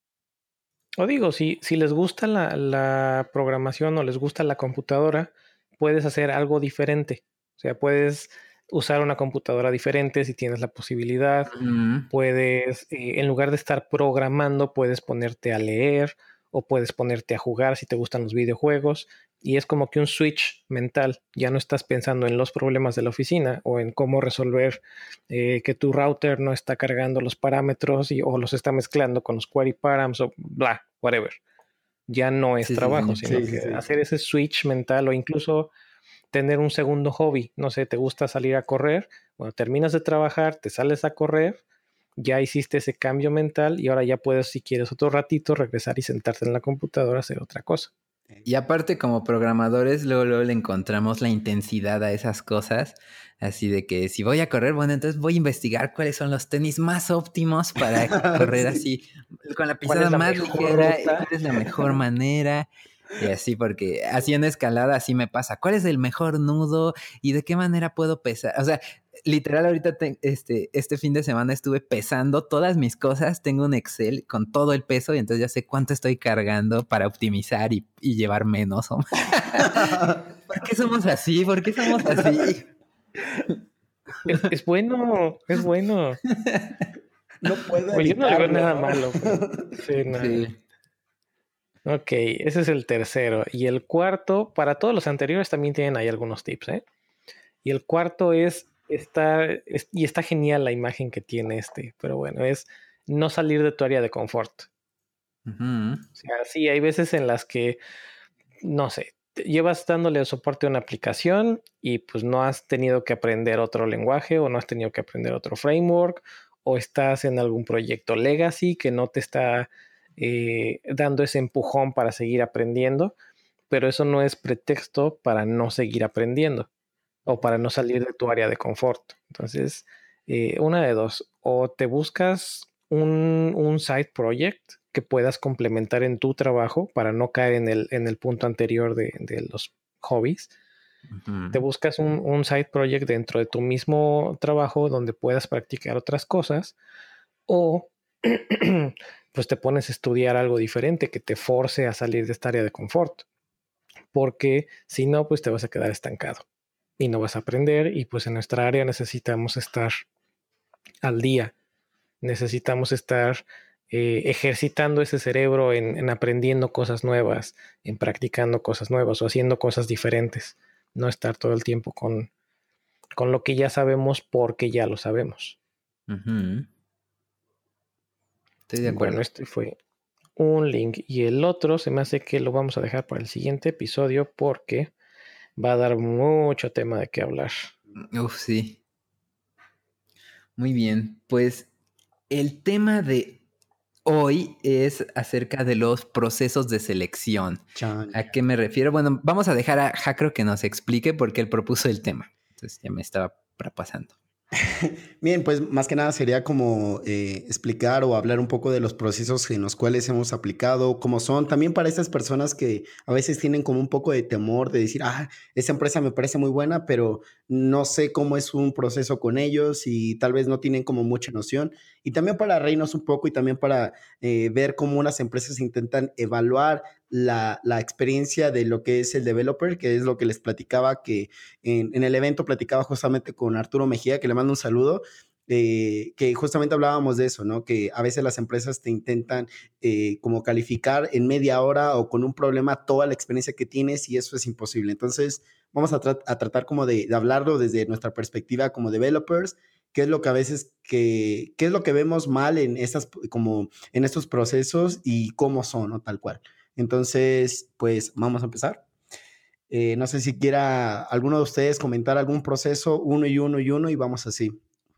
O digo, si, si les gusta la, la programación o les gusta la computadora, puedes hacer algo diferente. O sea, puedes usar una computadora diferente si tienes la posibilidad. Uh-huh. Puedes, eh, en lugar de estar programando, puedes ponerte a leer o puedes ponerte a jugar si te gustan los videojuegos. Y es como que un switch mental. Ya no estás pensando en los problemas de la oficina o en cómo resolver eh, que tu router no está cargando los parámetros y, o los está mezclando con los query params o bla, whatever. Ya no es sí, trabajo, sí, sí. sino Sí, que sí, sí. hacer ese switch mental o incluso tener un segundo hobby. No sé, te gusta salir a correr. Bueno, terminas de trabajar, te sales a correr, ya hiciste ese cambio mental y ahora ya puedes, si quieres otro ratito, regresar y sentarte en la computadora a hacer otra cosa. Y aparte, como programadores, luego, luego le encontramos la intensidad a esas cosas. Así de que si voy a correr, bueno, entonces voy a investigar cuáles son los tenis más óptimos para correr sí. así, con la pisada la más ligera, ruta? cuál es la mejor manera. Y así, porque así en escalada así me pasa. ¿Cuál es el mejor nudo? ¿Y de qué manera puedo pesar? O sea, literal ahorita te, este, este fin de semana estuve pesando todas mis cosas. Tengo un Excel con todo el peso y entonces ya sé cuánto estoy cargando para optimizar y, y llevar menos. ¿Por qué somos así? ¿Por qué somos así? Es, es bueno, es bueno. No puedo Oye, yo no le veo evitarlo. nada malo. Pero... Sí, no. Sí. Ok, ese es el tercero. Y el cuarto, para todos los anteriores también tienen ahí algunos tips, ¿eh? Y el cuarto es, está, es, y está genial la imagen que tiene este, pero bueno, es no salir de tu área de confort. Uh-huh. O sea, sí, hay veces en las que, no sé, llevas dándole soporte a una aplicación y pues no has tenido que aprender otro lenguaje o no has tenido que aprender otro framework o estás en algún proyecto legacy que no te está eh, dando ese empujón para seguir aprendiendo, pero eso no es pretexto para no seguir aprendiendo o para no salir de tu área de confort. Entonces, eh, una de dos, o te buscas un, un side project que puedas complementar en tu trabajo para no caer en el, en el punto anterior de, de los hobbies. Uh-huh. Te buscas un, un side project dentro de tu mismo trabajo donde puedas practicar otras cosas o pues te pones a estudiar algo diferente que te force a salir de esta área de confort. Porque si no, pues te vas a quedar estancado y no vas a aprender y pues en nuestra área necesitamos estar al día, necesitamos estar eh, ejercitando ese cerebro en, en aprendiendo cosas nuevas, en practicando cosas nuevas o haciendo cosas diferentes, no estar todo el tiempo con, con lo que ya sabemos porque ya lo sabemos. Uh-huh. Estoy de acuerdo. Bueno, este fue un link y el otro se me hace que lo vamos a dejar para el siguiente episodio porque va a dar mucho tema de qué hablar. Uf, sí. Muy bien, pues el tema de hoy es acerca de los procesos de selección. Chan. ¿A qué me refiero? Bueno, vamos a dejar a Jacro que nos explique porque él propuso el tema. Entonces ya me estaba pasando. Bien, pues más que nada sería como eh, explicar o hablar un poco de los procesos en los cuales hemos aplicado, cómo son, también para estas personas que a veces tienen como un poco de temor de decir, ah, esa empresa me parece muy buena, pero no sé cómo es un proceso con ellos y tal vez no tienen como mucha noción. Y también para reírnos un poco y también para eh, ver cómo unas empresas intentan evaluar la, la experiencia de lo que es el developer, que es lo que les platicaba que en, en el evento platicaba justamente con Arturo Mejía, que le mando un saludo, eh, que justamente hablábamos de eso, ¿no? Que a veces las empresas te intentan eh, como calificar en media hora o con un problema toda la experiencia que tienes y eso es imposible. Entonces, vamos a, tra a tratar como de, de, hablarlo desde nuestra perspectiva como developers, qué es lo que a veces, que, qué es lo que vemos mal en, estas, como en estos procesos y cómo son, ¿no? Tal cual. Entonces, pues vamos a empezar. Eh, no sé si quiera alguno de ustedes comentar algún proceso, uno y uno y uno, y vamos así.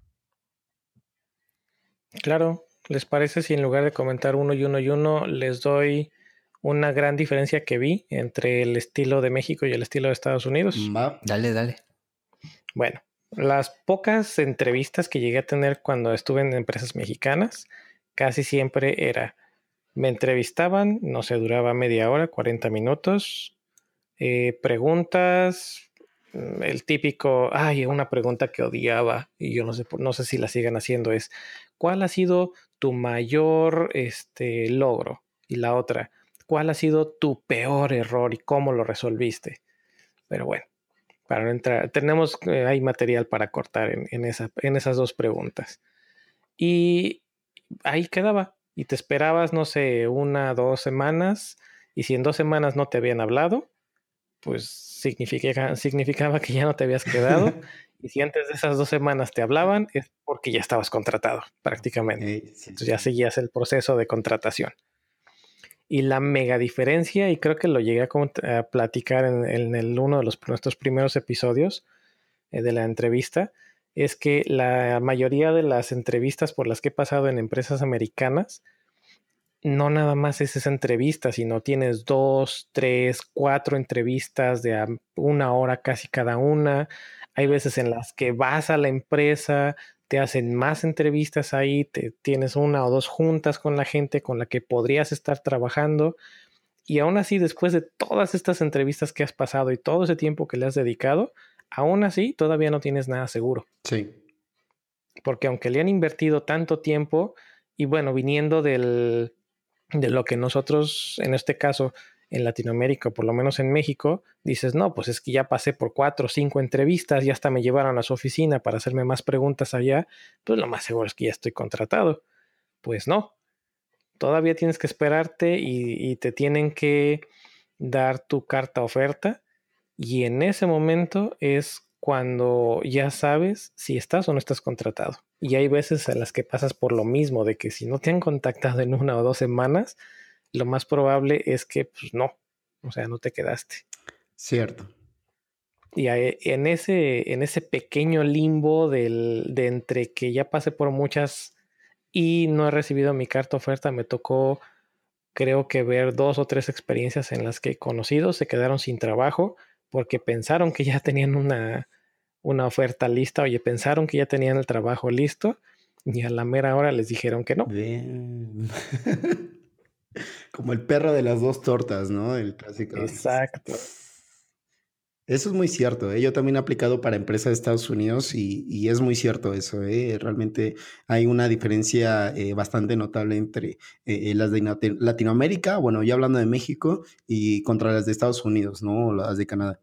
Claro, ¿les parece si en lugar de comentar uno y uno y uno, les doy una gran diferencia que vi entre el estilo de México y el estilo de Estados Unidos? Va. Dale, dale. Bueno, las pocas entrevistas que llegué a tener cuando estuve en empresas mexicanas, casi siempre era, me entrevistaban, no sé, duraba media hora, cuarenta minutos, eh, preguntas, mm, el típico, ay, una pregunta que odiaba y yo no sé, no sé si la sigan haciendo es, ¿cuál ha sido tu mayor este, logro? Y la otra, ¿cuál ha sido tu peor error y cómo lo resolviste? Pero bueno, para no entrar, tenemos, eh, hay material para cortar en, en, esa, en esas dos preguntas. Y ahí quedaba. Y te esperabas, no sé, una, dos semanas. Y si en dos semanas no te habían hablado, pues significa, significaba que ya no te habías quedado. Y si antes de esas dos semanas te hablaban, es porque ya estabas contratado, prácticamente. Okay, sí, Entonces ya sí. seguías el proceso de contratación. Y la mega diferencia, y creo que lo llegué a, a platicar en, en el, uno de los, nuestros primeros episodios eh, de la entrevista, es que la mayoría de las entrevistas por las que he pasado en empresas americanas, no nada más es esa entrevista, sino tienes dos, tres, cuatro entrevistas de a una hora casi cada una. Hay veces en las que vas a la empresa, te hacen más entrevistas ahí, te tienes una o dos juntas con la gente con la que podrías estar trabajando. Y aún así, después de todas estas entrevistas que has pasado y todo ese tiempo que le has dedicado, aún así todavía no tienes nada seguro. Sí. Porque aunque le han invertido tanto tiempo, y bueno, viniendo del, de lo que nosotros, en este caso, en Latinoamérica, por lo menos en México, dices, no, pues es que ya pasé por cuatro o cinco entrevistas, y hasta me llevaron a su oficina para hacerme más preguntas allá, pues lo más seguro es que ya estoy contratado. Pues no, todavía tienes que esperarte y, y te tienen que dar tu carta oferta y en ese momento es cuando ya sabes si estás o no estás contratado. Y hay veces en las que pasas por lo mismo, de que si no te han contactado en una o dos semanas, lo más probable es que pues no, o sea, no te quedaste. Cierto. Y en ese, en ese pequeño limbo del, de entre que ya pasé por muchas y no he recibido mi carta oferta, me tocó creo que ver dos o tres experiencias en las que conocidos se quedaron sin trabajo porque pensaron que ya tenían una, una oferta lista, oye, pensaron que ya tenían el trabajo listo y a la mera hora les dijeron que no. Bien. Como el perro de las dos tortas, ¿no? El clásico. Exacto. Eso es muy cierto, ¿eh? Yo también he aplicado para empresas de Estados Unidos y, y es muy cierto eso, ¿eh? Realmente hay una diferencia eh, bastante notable entre eh, las de Nate- Latinoamérica, bueno, ya hablando de México, y contra las de Estados Unidos, ¿no? O las de Canadá.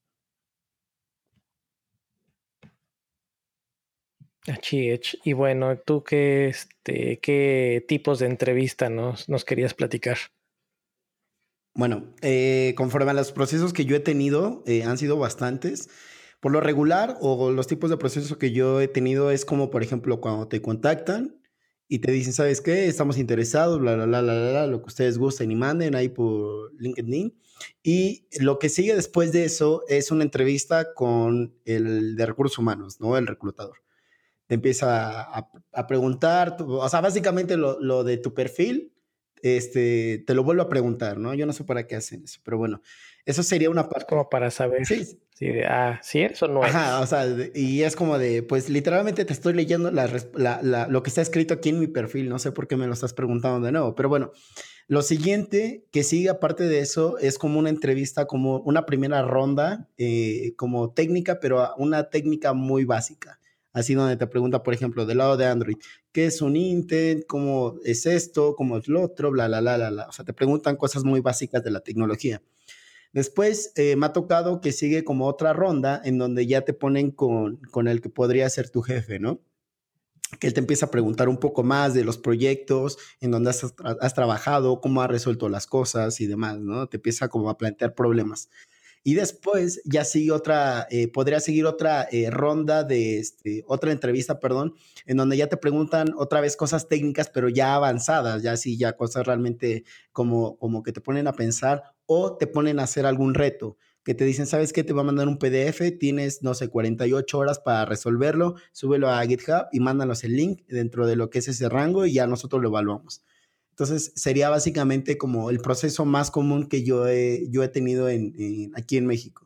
Achich. Y bueno, ¿tú qué, este, qué tipos de entrevista nos, nos querías platicar? Bueno, eh, conforme a los procesos que yo he tenido, eh, han sido bastantes. Por lo regular, o los tipos de procesos que yo he tenido es como, por ejemplo, cuando te contactan y te dicen, ¿sabes qué? Estamos interesados, bla, bla, bla, bla, bla, bla, lo que ustedes gusten y manden ahí por LinkedIn. Y lo que sigue después de eso es una entrevista con el de recursos humanos, ¿no? El reclutador. Te empieza a, a preguntar, o sea, básicamente lo, lo de tu perfil este, te lo vuelvo a preguntar, ¿no? Yo no sé para qué hacen eso, pero bueno, eso sería una parte. Como para saber Sí. si de, ah, si eres o no eres. Ajá, o sea, y es como de, pues literalmente te estoy leyendo la, la, la, lo que está escrito aquí en mi perfil, no sé por qué me lo estás preguntando de nuevo, pero bueno, lo siguiente que sigue aparte de eso es como una entrevista, como una primera ronda, eh, como técnica, pero una técnica muy básica. Así donde te pregunta, por ejemplo, del lado de Android, ¿qué es un Intent? ¿Cómo es esto? ¿Cómo es lo otro? Bla, bla, bla, bla, bla. O sea, te preguntan cosas muy básicas de la tecnología. Después eh, me ha tocado que sigue como otra ronda en donde ya te ponen con, con el que podría ser tu jefe, ¿no? Que él te empieza a preguntar un poco más de los proyectos, en donde has, has trabajado, cómo has resuelto las cosas y demás, ¿no? Te empieza como a plantear problemas. Y después ya sigue otra, eh, podría seguir otra eh, ronda de, este, otra entrevista, perdón, en donde ya te preguntan otra vez cosas técnicas, pero ya avanzadas, ya sí, ya cosas realmente como, como que te ponen a pensar o te ponen a hacer algún reto, que te dicen, ¿sabes qué? Te va a mandar un P D F, tienes, no sé, cuarenta y ocho horas para resolverlo, súbelo a GitHub y mándanos el link dentro de lo que es ese rango y ya nosotros lo evaluamos. Entonces, sería básicamente como el proceso más común que yo he, yo he tenido en, en, aquí en México.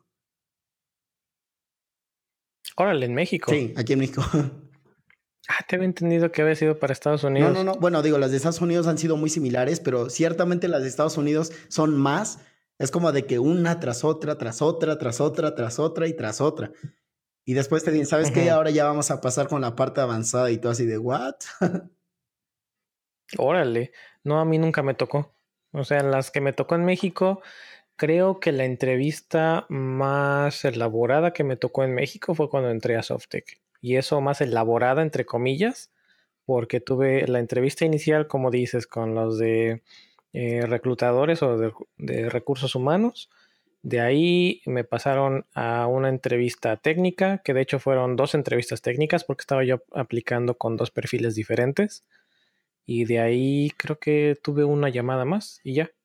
Órale, en México. Sí, aquí en México. Ah, te había entendido que había sido para Estados Unidos. No, no, no. Bueno, digo, las de Estados Unidos han sido muy similares, pero ciertamente las de Estados Unidos son más. Es como de que una tras otra, tras otra, tras otra, tras otra y tras otra. Y después te dicen, ¿sabes uh-huh. qué? Ahora ya vamos a pasar con la parte avanzada y todo así de, ¿what? Órale. No, a mí nunca me tocó. O sea, en las que me tocó en México, creo que la entrevista más elaborada que me tocó en México fue cuando entré a Softec. Y eso más elaborada, entre comillas, porque tuve la entrevista inicial, como dices, con los de eh, reclutadores o de, de recursos humanos. De ahí me pasaron a una entrevista técnica, que de hecho fueron dos entrevistas técnicas porque estaba yo aplicando con dos perfiles diferentes. Y de ahí creo que tuve una llamada más y ya.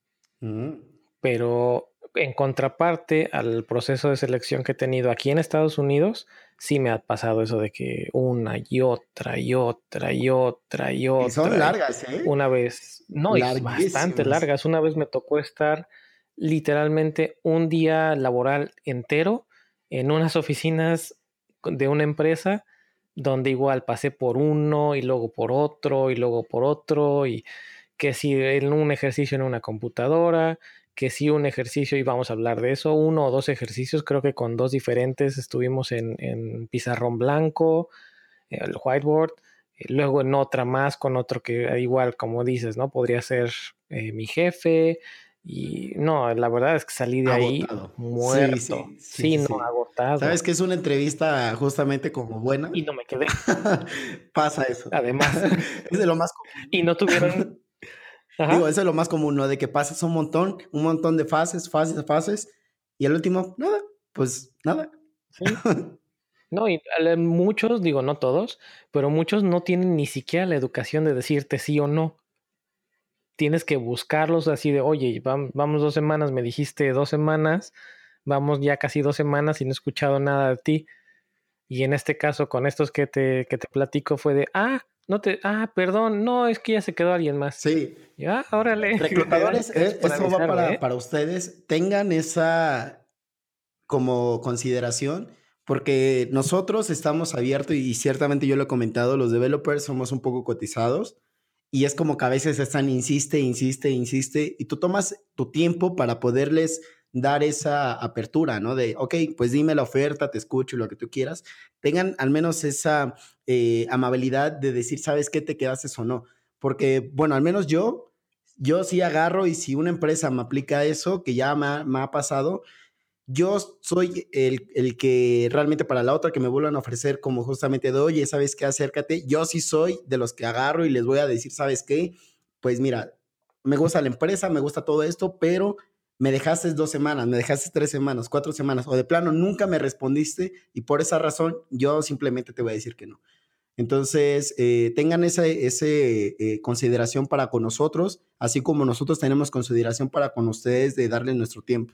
Mm. Pero en contraparte al proceso de selección que he tenido aquí en Estados Unidos, sí me ha pasado eso de que una y otra y otra y otra y otra. Y son largas, ¿eh? Una vez, no, es bastante largas. Una vez me tocó estar literalmente un día laboral entero en unas oficinas de una empresa donde igual pasé por uno y luego por otro y luego por otro y que si en un ejercicio en una computadora, que si un ejercicio, y vamos a hablar de eso, uno o dos ejercicios, creo que con dos diferentes estuvimos en, en pizarrón blanco, el whiteboard, luego en otra más con otro que igual, como dices, ¿no? Podría ser eh, mi jefe. Y no, la verdad es que salí de agotado. Ahí muerto. Sí, sí, sí, sí, sí, no, sí. agotado. ¿Sabes que es una entrevista justamente como buena? Y no me quedé. Pasa eso. Además. Es de lo más común. Y no tuvieron... Ajá. Digo, eso es lo más común, ¿no? De que pasas un montón, un montón de fases, fases, fases, y al último, nada, pues nada. Sí. No, y muchos, digo, no todos, pero muchos no tienen ni siquiera la educación de decirte sí o no. Tienes que buscarlos así de, oye, vamos dos semanas, me dijiste dos semanas, vamos ya casi dos semanas y no he escuchado nada de ti. Y en este caso, con estos que te, que te platico, fue de, ah, no te, ah, perdón, no, es que ya se quedó alguien más. Sí. Ya, órale. Reclutadores, eso va para, ¿eh? para ustedes. Tengan esa como consideración, porque nosotros estamos abiertos y ciertamente yo lo he comentado, los developers somos un poco cotizados. Y es como que a veces están, insiste, insiste, insiste, y tú tomas tu tiempo para poderles dar esa apertura, ¿no? De, ok, pues dime la oferta, te escucho, lo que tú quieras. Tengan al menos esa eh, amabilidad de decir, ¿sabes qué? Te quedaste o no. Porque, bueno, al menos yo, yo sí agarro y si una empresa me aplica eso, que ya me ha, me ha pasado, yo soy el, el que realmente para la otra que me vuelvan a ofrecer como justamente de, oye, ¿sabes qué? Acércate. Yo sí soy de los que agarro y les voy a decir, ¿sabes qué? Pues mira, me gusta la empresa, me gusta todo esto, pero me dejaste dos semanas, me dejaste tres semanas, cuatro semanas, o de plano nunca me respondiste y por esa razón yo simplemente te voy a decir que no. Entonces, eh, tengan esa ese, eh, consideración para con nosotros, así como nosotros tenemos consideración para con ustedes de darles nuestro tiempo.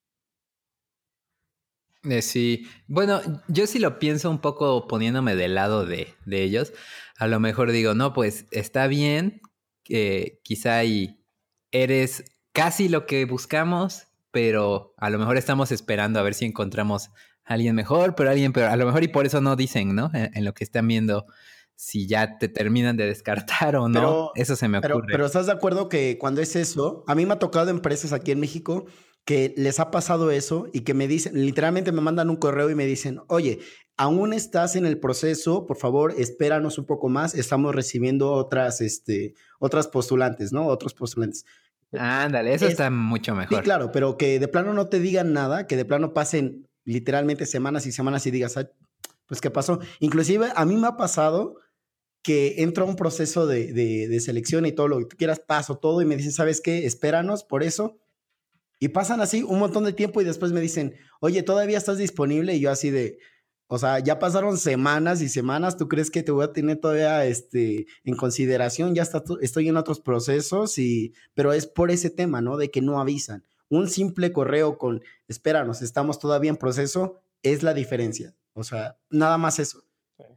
Eh, sí, bueno, yo sí lo pienso un poco poniéndome del lado de, de ellos. A lo mejor digo, no, pues está bien eh, quizá y eres casi lo que buscamos, pero a lo mejor estamos esperando a ver si encontramos a alguien mejor, pero alguien peor. A lo mejor y por eso no dicen, ¿no? En, en lo que están viendo, si ya te terminan de descartar o no. Pero, eso se me pero, ocurre. pero ¿estás de acuerdo que cuando es eso? A mí me ha tocado empresas aquí en México que les ha pasado eso y que me dicen, literalmente me mandan un correo y me dicen, oye, aún estás en el proceso, por favor, espéranos un poco más, estamos recibiendo otras, este, otras postulantes, ¿no? Otros postulantes. Ándale, eso Es- está mucho Sí, mejor. claro, pero que de plano no te digan nada, que de plano pasen literalmente semanas y semanas y digas, "Ay, pues, ¿qué pasó?". Inclusive a mí me ha pasado que entro a un proceso de, de, de selección y todo lo que tú quieras, paso todo y me dicen, ¿sabes qué? Espéranos por eso. Y pasan así un montón de tiempo y después me dicen, oye, ¿todavía estás disponible? Y yo así de, o sea, ya pasaron semanas y semanas, ¿tú crees que te voy a tener todavía este, en consideración? Ya está, tu- estoy en otros procesos, y, pero es por ese tema, ¿no? De que no avisan. Un simple correo con, espéranos, estamos todavía en proceso, es la diferencia. O sea, nada más eso.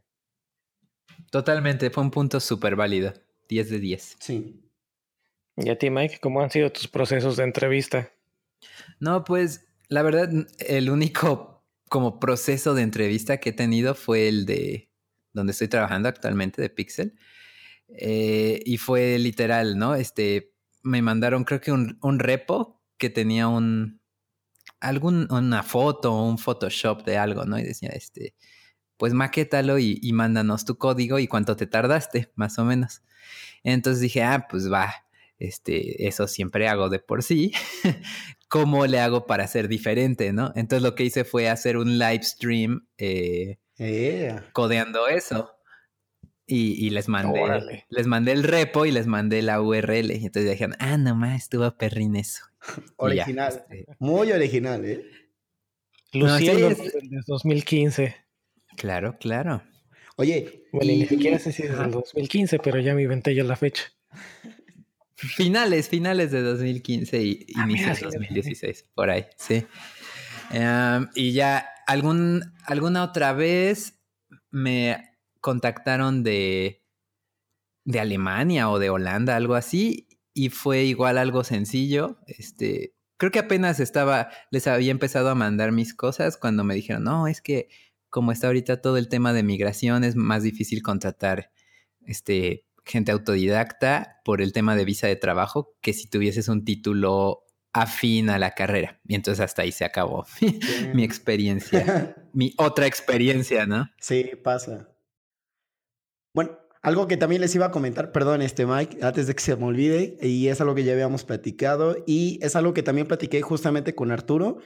Totalmente, fue un punto súper válido. diez de diez. Sí. ¿Y a ti, Mike, cómo han sido tus procesos de entrevista? No, pues la verdad, el único como proceso de entrevista que he tenido fue el de donde estoy trabajando actualmente, de Pixel. Eh, y fue literal, ¿no? Este, me mandaron creo que un, un repo que tenía un, algún, una foto o un Photoshop de algo, ¿no? Y decía, este, pues maquétalo y, y mándanos tu código y cuánto te tardaste, más o menos. Entonces dije, ah, pues va, este, eso siempre hago de por sí. ¿Cómo le hago para ser diferente, no? Entonces lo que hice fue hacer un live stream eh, Eh. codeando eso. Y, y les mandé, Órale. les mandé el repo y les mandé la U R L. Y entonces dijeron, ah, nomás estuvo perrín eso. Y ya. Original. Este, Muy original, ¿eh? no, sí, Luciéndonos es- desde dos mil quince. claro, claro. Oye, Bueno, y ni siquiera sé y... si es Ajá. del dos mil quince, pero ya me inventé yo la fecha. Finales, finales de dos mil quince y Ah, mira, inicios sí de le dos mil atiné. dieciséis, por ahí, sí. Um, y ya algún, alguna otra vez me contactaron de, de Alemania o de Holanda, algo así, y fue igual algo sencillo. Este, creo que apenas estaba, les había empezado a mandar mis cosas cuando me dijeron, no, es que como está ahorita todo el tema de migración, es más difícil contratar este, gente autodidacta por el tema de visa de trabajo que si tuvieses un título afín a la carrera. Y entonces hasta ahí se acabó mi, mi experiencia, mi otra experiencia, ¿no? Sí, pasa. Bueno, algo que también les iba a comentar, perdón, este Mike, antes de que se me olvide, y es algo que ya habíamos platicado, y es algo que también platiqué justamente con Arturo,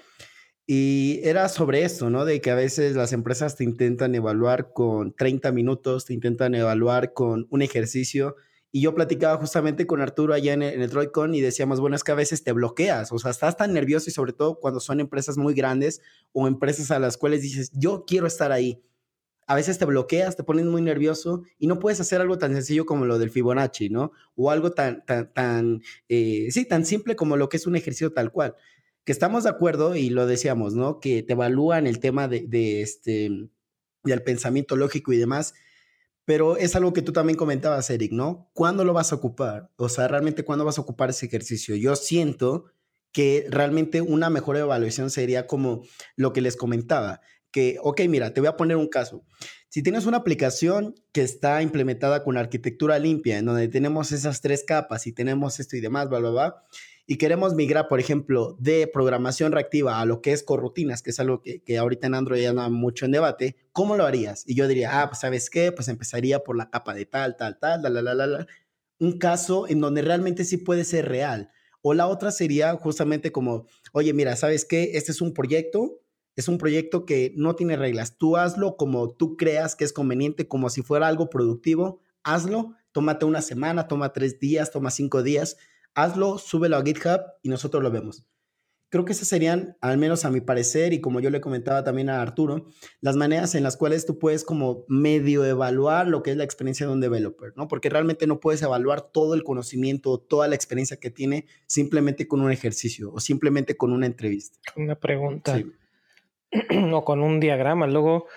y era sobre esto, ¿no? De que a veces las empresas te intentan evaluar con treinta minutos, te intentan evaluar con un ejercicio, y yo platicaba justamente con Arturo allá en el, en el Troicon y decíamos, bueno, es que a veces te bloqueas, o sea, estás tan nervioso y sobre todo cuando son empresas muy grandes o empresas a las cuales dices, yo quiero estar ahí. A veces te bloqueas, te pones muy nervioso y no puedes hacer algo tan sencillo como lo del Fibonacci, ¿no? O algo tan, tan, tan, eh, sí, tan simple como lo que es un ejercicio tal cual. Que estamos de acuerdo y lo decíamos, ¿no? Que te evalúan el tema de, de este, del pensamiento lógico y demás, pero es algo que tú también comentabas, Eric, ¿no? ¿Cuándo lo vas a ocupar? O sea, realmente, ¿cuándo vas a ocupar ese ejercicio? Yo siento que realmente una mejor evaluación sería como lo que les comentaba, que, ok, mira, te voy a poner un caso. Si tienes una aplicación que está implementada con arquitectura limpia, en donde tenemos esas tres capas y tenemos esto y demás, bla, bla, bla, y queremos migrar, por ejemplo, de programación reactiva a lo que es corrutinas, que es algo que, que ahorita en Android anda mucho en debate, ¿cómo lo harías? Y yo diría, ah, pues ¿sabes qué? Pues empezaría por la capa de tal, tal, tal, la, la, la, la, la. Un caso en donde realmente sí puede ser real. O la otra sería justamente como, oye, mira, ¿sabes qué? Este es un proyecto, es un proyecto que no tiene reglas. Tú hazlo como tú creas que es conveniente, como si fuera algo productivo. Hazlo, tómate una semana, toma tres días, toma cinco días. Hazlo, súbelo a GitHub y nosotros lo vemos. Creo que esas serían, al menos a mi parecer, y como yo le comentaba también a Arturo, las maneras en las cuales tú puedes como medio evaluar lo que es la experiencia de un developer, ¿no? Porque realmente no puedes evaluar todo el conocimiento, toda la experiencia que tiene simplemente con un ejercicio o simplemente con una entrevista. Una pregunta. Sí. O con un diagrama. Luego,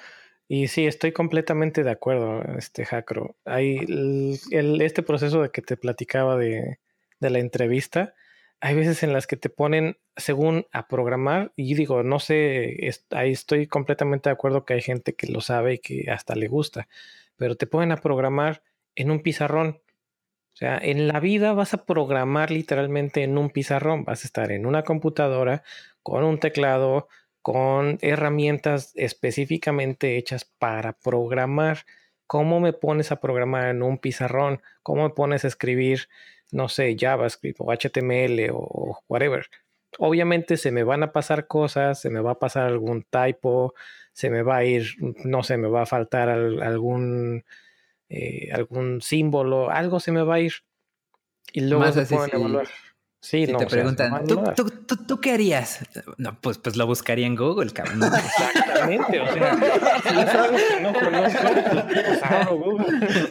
Y sí, estoy completamente de acuerdo, este Jacro. Hay el, el- este proceso de que te platicaba de, de la entrevista, hay veces en las que te ponen según a programar y digo, no sé, es- ahí estoy completamente de acuerdo que hay gente que lo sabe y que hasta le gusta, pero te ponen a programar en un pizarrón. O sea, en la vida vas a programar literalmente en un pizarrón, vas a estar en una computadora con un teclado, con herramientas específicamente hechas para programar. ¿Cómo me pones a programar en un pizarrón? ¿Cómo me pones a escribir, no sé, JavaScript o H T M L o whatever? Obviamente se me van a pasar cosas, se me va a pasar algún typo, se me va a ir, no sé, me va a faltar al- algún eh, algún símbolo, algo se me va a ir y luego Más se así ponen a evaluar. si, Sí, si no, te o sea, se preguntan, van a ¿tú, evaluar. tú, tú, tú qué harías? No, pues, pues lo buscaría en Google, cabrón. ¿no? Exactamente, o sea, si es algo que no conozco, pues abro Google.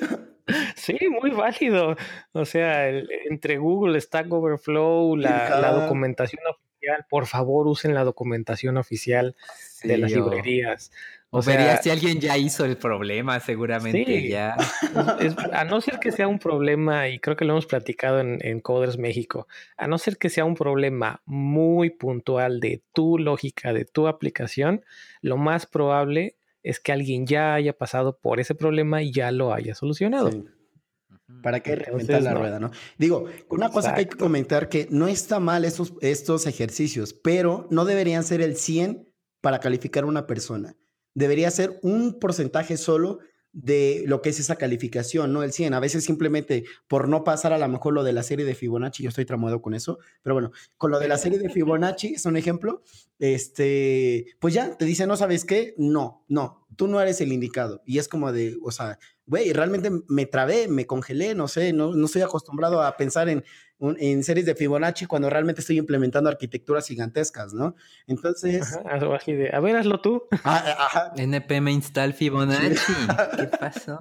Sí, muy válido. O sea, el- entre Google, Stack Overflow, la, la Ajá. documentación oficial, por favor usen la documentación oficial de las Sí, o, librerías. O o verías sea, si alguien ya hizo el problema, seguramente sí, ya. es, es- a no ser que sea un problema, y creo que lo hemos platicado en, en Coders México, a no ser que sea un problema muy puntual de tu lógica, de tu aplicación, lo más probable es que alguien ya haya pasado por ese problema y ya lo haya solucionado. Sí. Ujú. ¿Para qué reinventar Entonces, la no, rueda, no? Digo, una cosa que hay que exacto. comentar que no está mal estos, estos ejercicios, pero no deberían ser el cien para calificar a una persona. Debería ser un porcentaje solo de lo que es esa calificación, no el cien. A veces simplemente por no pasar a lo mejor lo de la serie de Fibonacci, yo estoy tramado con eso, pero bueno, con lo de la serie de Fibonacci es un ejemplo, este, pues ya te dice, no sabes qué, no, no, tú no eres el indicado. Y es como de, o sea, güey, realmente me trabé, me congelé, no sé, no, no estoy acostumbrado a pensar en, un- en series de Fibonacci cuando realmente estoy implementando arquitecturas gigantescas, ¿no? Entonces, Ajá, algo así de, a ver, hazlo tú. ah, ah, ajá, N P M install sí. Fibonacci. ¿Qué pasó?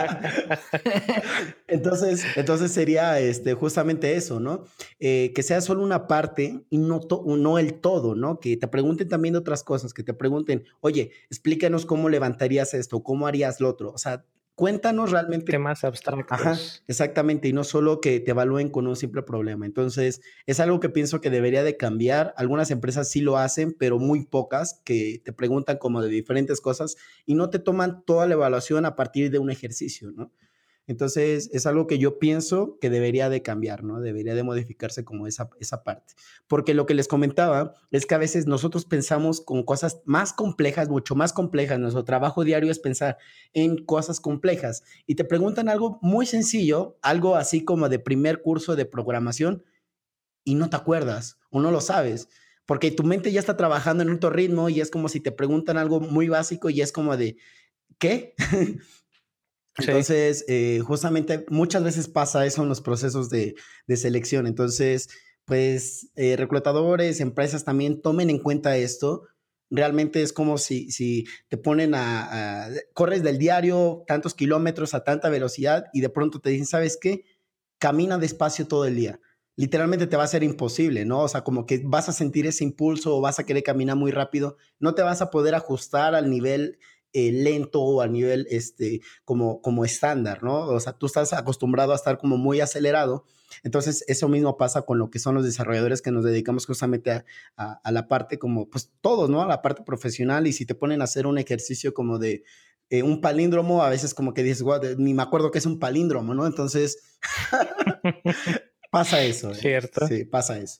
Entonces, entonces sería este, justamente eso, ¿no? Eh, que sea solo una parte y no, to- no el todo, ¿no? Que te pregunten también de otras cosas, que te pregunten, oye, explícanos cómo levantarías esto, cómo harías lo otro. O sea, cuéntanos realmente. Temas Ajá, abstractos. exactamente, y no solo que te evalúen con un simple problema. Entonces, es algo que pienso que debería de cambiar. Algunas empresas sí lo hacen, pero muy pocas, que te preguntan como de diferentes cosas y no te toman toda la evaluación a partir de un ejercicio, ¿no? Entonces, es algo que yo pienso que debería de cambiar, ¿no? Debería de modificarse como esa, esa parte. Porque lo que les comentaba es que a veces nosotros pensamos con cosas más complejas, mucho más complejas. Nuestro trabajo diario es pensar en cosas complejas y te preguntan algo muy sencillo, algo así como de primer curso de programación y no te acuerdas o no lo sabes. Porque tu mente ya está trabajando en otro ritmo y es como si te preguntan algo muy básico y es como de, ¿qué? Sí. Entonces, eh, justamente muchas veces pasa eso en los procesos de, de selección. Entonces, pues eh, reclutadores, empresas también tomen en cuenta esto. Realmente es como si, si te ponen a, a, corres del diario tantos kilómetros a tanta velocidad y de pronto te dicen, ¿sabes qué? Camina despacio todo el día. Literalmente te va a ser imposible, ¿no? O sea, como que vas a sentir ese impulso o vas a querer caminar muy rápido, no te vas a poder ajustar al nivel eh, lento o al nivel este, como, como estándar, ¿no? O sea, tú estás acostumbrado a estar como muy acelerado. Entonces, eso mismo pasa con lo que son los desarrolladores que nos dedicamos justamente a, a, a la parte como, pues todos, ¿no? A la parte profesional y si te ponen a hacer un ejercicio como de eh, un palíndromo, a veces como que dices, wow, ni me acuerdo que es un palíndromo, ¿no? Entonces, pasa eso, ¿eh? Cierto. Sí, pasa eso.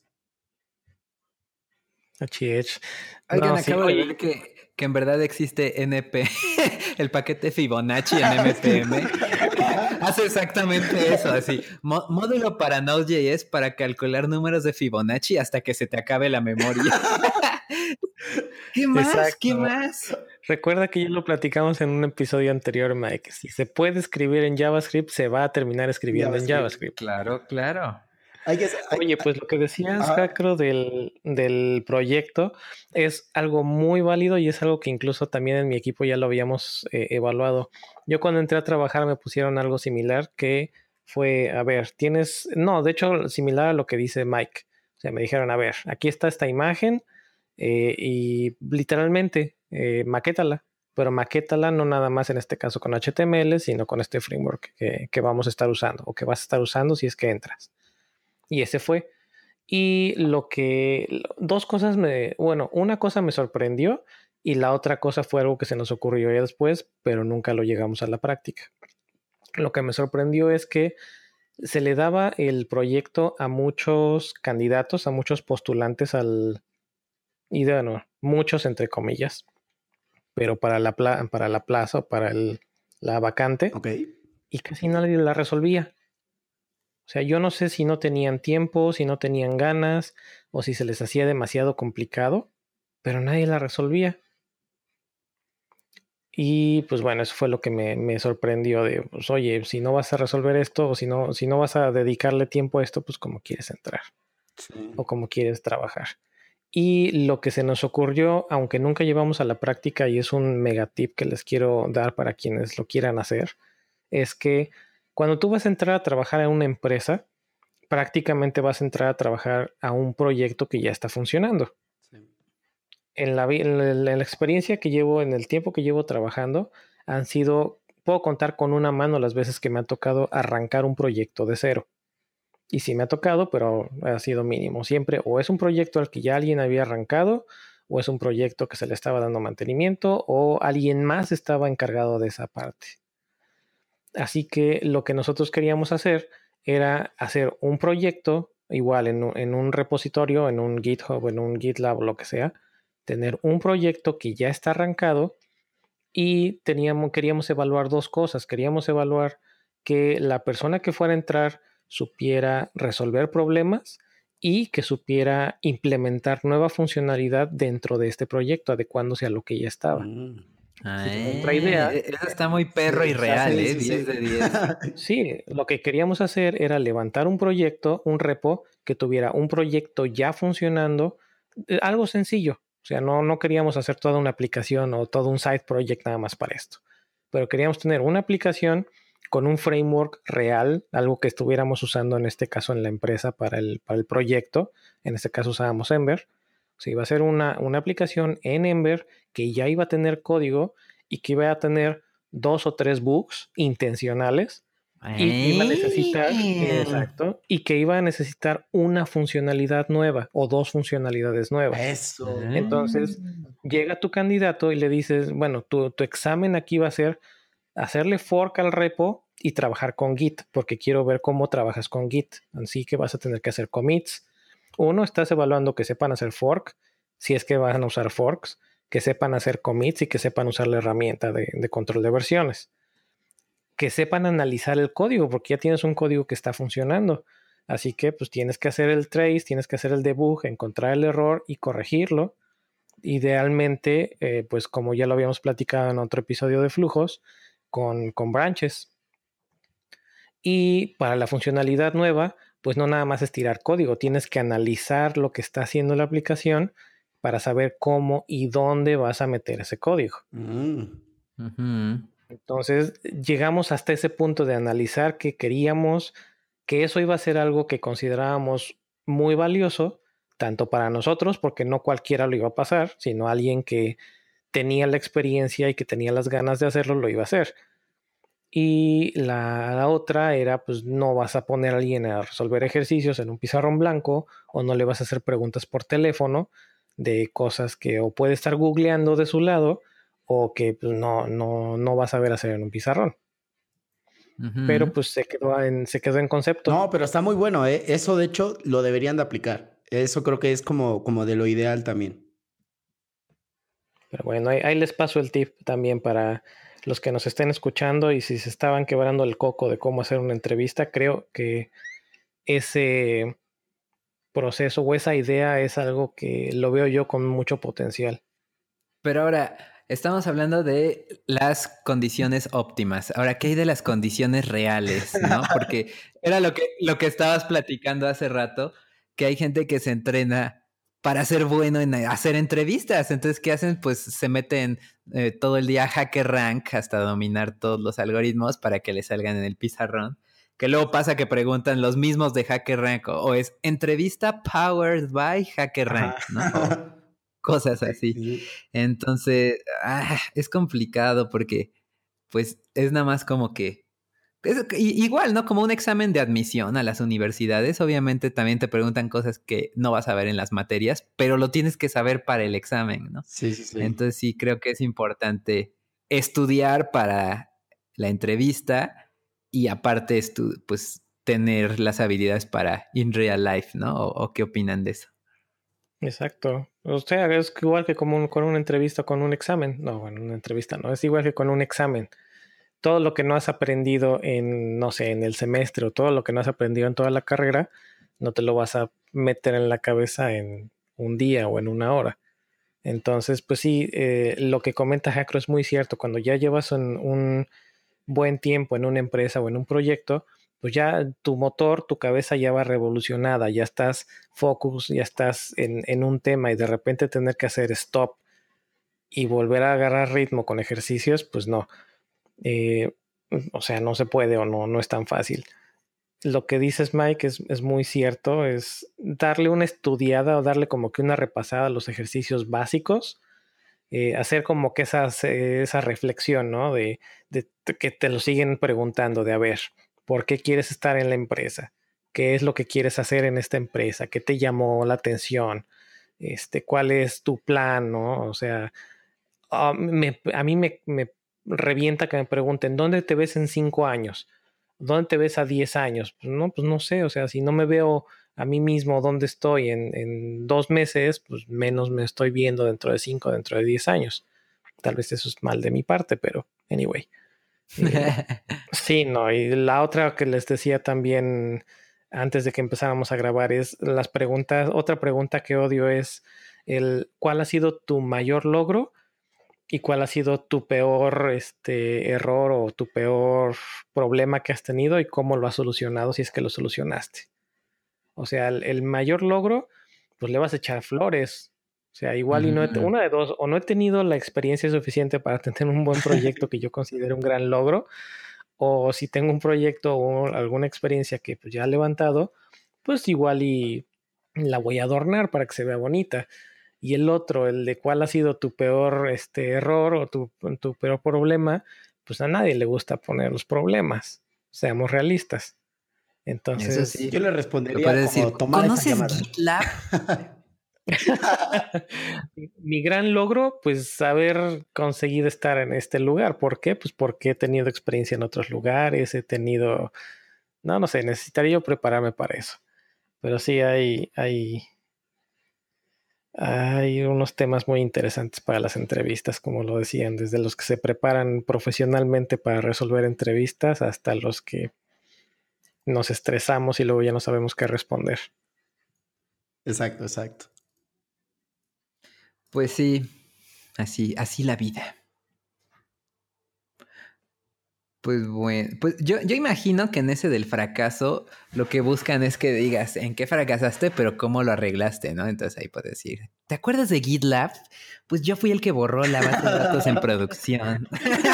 Así es. Oigan, No, sí, acabo de oye, ver que, que en verdad existe N P, el paquete Fibonacci en M P M, que hace exactamente eso, así, mo- módulo para Node.js para calcular números de Fibonacci hasta que se te acabe la memoria. ¿Qué más? ¿Qué exacto. más? Recuerda que ya lo platicamos en un episodio anterior, Mike. Si se puede escribir en JavaScript, se va a terminar escribiendo en JavaScript. JavaScript. Claro, claro. Hay que, hay, Oye, pues lo que decías, ajá, Jacro, del, del proyecto es algo muy válido y es algo que incluso también en mi equipo ya lo habíamos eh, evaluado. Yo cuando entré a trabajar me pusieron algo similar que fue, a ver, tienes, no, de hecho, similar a lo que dice Mike. O sea, me dijeron, a ver, aquí está esta imagen eh, y literalmente, eh, maquétala. pero maquétala no nada más en este caso con H T M L, sino con este framework que, que vamos a estar usando o que vas a estar usando si es que entras. Y ese fue. Y lo que, dos cosas me, bueno, una cosa me sorprendió y la otra cosa fue algo que se nos ocurrió ya después, pero nunca lo llegamos a la práctica. Lo que me sorprendió es que se le daba el proyecto a muchos candidatos, a muchos postulantes al, y bueno, muchos entre comillas, pero para la, pla, para la plaza o para el, la vacante, okay. Y casi nadie la resolvía. O sea, yo no sé si no tenían tiempo, si no tenían ganas o si se les hacía demasiado complicado, pero nadie la resolvía. Y pues bueno, eso fue lo que me, me sorprendió de, pues oye, si no vas a resolver esto o si no, si no vas a dedicarle tiempo a esto, pues cómo quieres entrar Sí. o cómo quieres trabajar. Y lo que se nos ocurrió, aunque nunca llevamos a la práctica y es un mega tip que les quiero dar para quienes lo quieran hacer, es que cuando tú vas a entrar a trabajar en una empresa, prácticamente vas a entrar a trabajar a un proyecto que ya está funcionando. Sí. En, la, en, la, en la experiencia que llevo, en el tiempo que llevo trabajando, han sido, puedo contar con una mano las veces que me ha tocado arrancar un proyecto de cero. Y sí me ha tocado, pero ha sido mínimo. Siempre o es un proyecto al que ya alguien había arrancado, o es un proyecto que se le estaba dando mantenimiento, o alguien más estaba encargado de esa parte. Así que lo que nosotros queríamos hacer era hacer un proyecto, igual en un, en un repositorio, en un GitHub, en un GitLab o lo que sea, tener un proyecto que ya está arrancado y teníamos, queríamos evaluar dos cosas. Queríamos evaluar que la persona que fuera a entrar supiera resolver problemas y que supiera implementar nueva funcionalidad dentro de este proyecto, adecuándose a lo que ya estaba. Mm. Ah, sí, otra idea. Eso está muy perro sí, y real, sí, ¿eh? Sí, diez sí. de diez. Sí, lo que queríamos hacer era levantar un proyecto, un repo que tuviera un proyecto ya funcionando, algo sencillo. O sea, no, no queríamos hacer toda una aplicación o todo un side project nada más para esto. Pero queríamos tener una aplicación con un framework real, algo que estuviéramos usando en este caso en la empresa para el, para el proyecto. En este caso usábamos Ember. O sea, iba a ser una, una aplicación en Ember que ya iba a tener código y que iba a tener dos o tres bugs intencionales y que iba a necesitar, exacto, y que iba a necesitar una funcionalidad nueva o dos funcionalidades nuevas. Eso. Entonces, llega tu candidato y le dices, bueno, tu, tu examen aquí va a ser hacerle fork al repo y trabajar con Git, porque quiero ver cómo trabajas con Git. Así que vas a tener que hacer commits. Uno, estás evaluando que sepan hacer fork, si es que van a usar forks, que sepan hacer commits y que sepan usar la herramienta de, de control de versiones. Que sepan analizar el código, porque ya tienes un código que está funcionando. Así que pues tienes que hacer el trace, tienes que hacer el debug, encontrar el error y corregirlo. Idealmente, eh, pues como ya lo habíamos platicado en otro episodio de flujos, con, con branches. Y para la funcionalidad nueva, pues no nada más es tirar código, tienes que analizar lo que está haciendo la aplicación para saber cómo y dónde vas a meter ese código. Mm. Uh-huh. Entonces llegamos hasta ese punto de analizar que queríamos que eso iba a ser algo que considerábamos muy valioso, tanto para nosotros, porque no cualquiera lo iba a pasar, sino alguien que tenía la experiencia y que tenía las ganas de hacerlo, lo iba a hacer. Y la, la otra era, pues no vas a poner a alguien a resolver ejercicios en un pizarrón blanco o no le vas a hacer preguntas por teléfono de cosas que o puede estar googleando de su lado o que pues, no, no, no vas a ver hacer en un pizarrón. Uh-huh. Pero pues se quedó en, se quedó en concepto. No, pero está muy bueno, ¿eh? Eso de hecho lo deberían de aplicar. Eso creo que es como, como de lo ideal también. Pero bueno, ahí, ahí les paso el tip también para los que nos estén escuchando y si se estaban quebrando el coco de cómo hacer una entrevista, creo que ese proceso o esa idea es algo que lo veo yo con mucho potencial. Pero ahora, estamos hablando de las condiciones óptimas. Ahora, ¿qué hay de las condiciones reales? ¿No? Porque era lo que, lo que estabas platicando hace rato, que hay gente que se entrena para ser bueno en hacer entrevistas. Entonces, ¿qué hacen? Pues se meten eh, todo el día a HackerRank hasta dominar todos los algoritmos para que les salgan en el pizarrón. Que luego pasa que preguntan los mismos de HackerRank o, o es entrevista powered by HackerRank, ¿no? O, cosas así. Sí. Entonces, ah, es complicado porque pues es nada más como que es igual, ¿no? Como un examen de admisión a las universidades. Obviamente también te preguntan cosas que no vas a ver en las materias, pero lo tienes que saber para el examen, ¿no? Sí, sí, sí. Entonces sí creo que es importante estudiar para la entrevista y aparte estu- pues tener las habilidades para in real life, ¿no? ¿O, o qué opinan de eso? Exacto. O sea, es igual que como un- con una entrevista, con un examen. No, bueno, una entrevista no, es igual que con un examen. Todo lo que no has aprendido en, no sé, en el semestre o todo lo que no has aprendido en toda la carrera, no te lo vas a meter en la cabeza en un día o en una hora. Entonces, pues sí, eh, lo que comenta Jacro es muy cierto. Cuando ya llevas un, un buen tiempo en una empresa o en un proyecto, pues ya tu motor, tu cabeza ya va revolucionada, ya estás focus, ya estás en, en un tema y de repente tener que hacer stop y volver a agarrar ritmo con ejercicios, pues no. Eh, o sea, no se puede o no, no es tan fácil. Lo que dices, Mike, es, es muy cierto, es darle una estudiada o darle como que una repasada a los ejercicios básicos, eh, hacer como que esas, eh, esa reflexión, ¿no? De, de, de que te lo siguen preguntando, de a ver, ¿por qué quieres estar en la empresa? ¿Qué es lo que quieres hacer en esta empresa? ¿Qué te llamó la atención? Este, ¿cuál es tu plan, no? O sea, a, me, a mí me, me revienta que me pregunten, ¿dónde te ves en cinco años? ¿Dónde te ves a diez años? Pues no, pues no sé, o sea, si no me veo a mí mismo dónde estoy en, en dos meses, pues menos me estoy viendo dentro de cinco, dentro de diez años. Tal vez eso es mal de mi parte, pero anyway. Eh, sí, no, y la otra que les decía también antes de que empezáramos a grabar es las preguntas, otra pregunta que odio es el ¿cuál ha sido tu mayor logro? ¿Y cuál ha sido tu peor este, error o tu peor problema que has tenido y cómo lo has solucionado si es que lo solucionaste? O sea, el, el mayor logro, pues le vas a echar flores. O sea, igual y no he, Ujú. una de dos, o no he tenido la experiencia suficiente para tener un buen proyecto que yo considero un gran logro, o si tengo un proyecto o alguna experiencia que pues, ya he levantado, pues igual y la voy a adornar para que se vea bonita. Y el otro, el de cuál ha sido tu peor este, error o tu, tu peor problema, pues a nadie le gusta poner los problemas. Seamos realistas. Eso Entonces, sí. Yo le Lo respondería puedes como decir, tomar esta ¿conoces llamada. GitLab? mi gran logro, pues haber conseguido estar en este lugar. ¿Por qué? Pues porque he tenido experiencia en otros lugares, he tenido, no, no sé, necesitaría yo prepararme para eso. Pero sí hay, hay, hay unos temas muy interesantes para las entrevistas, como lo decían, desde los que se preparan profesionalmente para resolver entrevistas hasta los que nos estresamos y luego ya no sabemos qué responder. Exacto, exacto. Pues sí, así, así la vida. Pues bueno, pues yo, yo imagino que en ese del fracaso lo que buscan es que digas en qué fracasaste, pero cómo lo arreglaste, ¿no? Entonces ahí puedes decir, ¿te acuerdas de GitLab? Pues yo fui el que borró la base de datos en producción.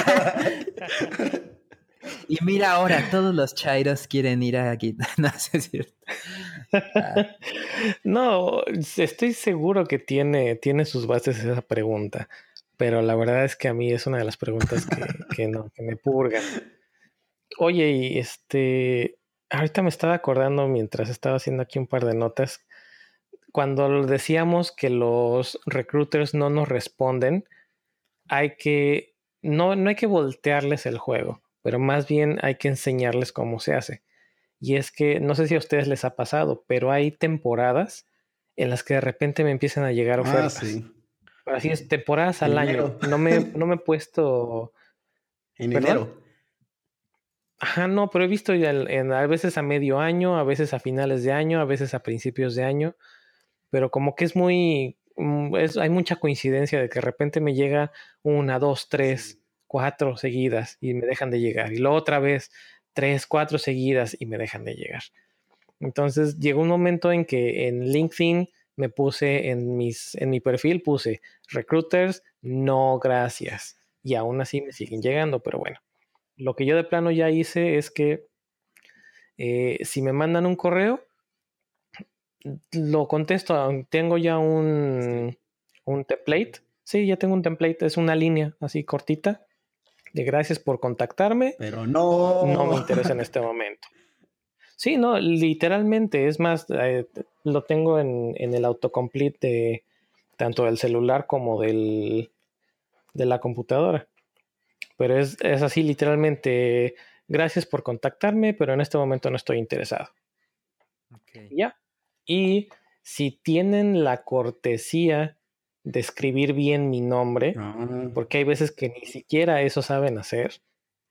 Y mira ahora, todos los chairos quieren ir a GitLab. No, sí es cierto. Ah, No, estoy seguro que tiene, tiene sus bases esa pregunta, pero la verdad es que a mí es una de las preguntas que, que no, que me purgan. Oye, y este, ahorita me estaba acordando mientras estaba haciendo aquí un par de notas, cuando decíamos que los recruiters no nos responden, hay que, no, no hay que voltearles el juego, pero más bien hay que enseñarles cómo se hace. Y es que no sé si a ustedes les ha pasado, pero hay temporadas en las que de repente me empiezan a llegar Ah, ofertas. sí. Pero así es, temporadas En al año. enero. No me, no me he puesto. En ¿Perdón? enero. Ajá, no, pero he visto ya en- en- a veces a medio año, a veces a finales de año, a veces a principios de año, pero como que es muy, mm, es- hay mucha coincidencia de que de repente me llega una, dos, tres, Sí. cuatro seguidas y me dejan de llegar. Y luego otra vez tres, cuatro seguidas y me dejan de llegar. Entonces llegó un momento en que en LinkedIn me puse en, mis, en mi perfil, puse recruiters, no gracias. Y aún así me siguen llegando, pero bueno. Lo que yo de plano ya hice es que eh, si me mandan un correo, lo contesto. Tengo ya un, Sí. un template. Sí, ya tengo un template. Es una línea así cortita de gracias por contactarme. Pero no. No me interesa en este momento. Sí, no, literalmente. Es más, eh, lo tengo en, en el autocomplete de tanto del celular como del, de la computadora. Pero es, es así literalmente. Gracias por contactarme, pero en este momento no estoy interesado. Okay. Ya. Y si tienen la cortesía de escribir bien mi nombre, No. porque hay veces que ni siquiera eso saben hacer.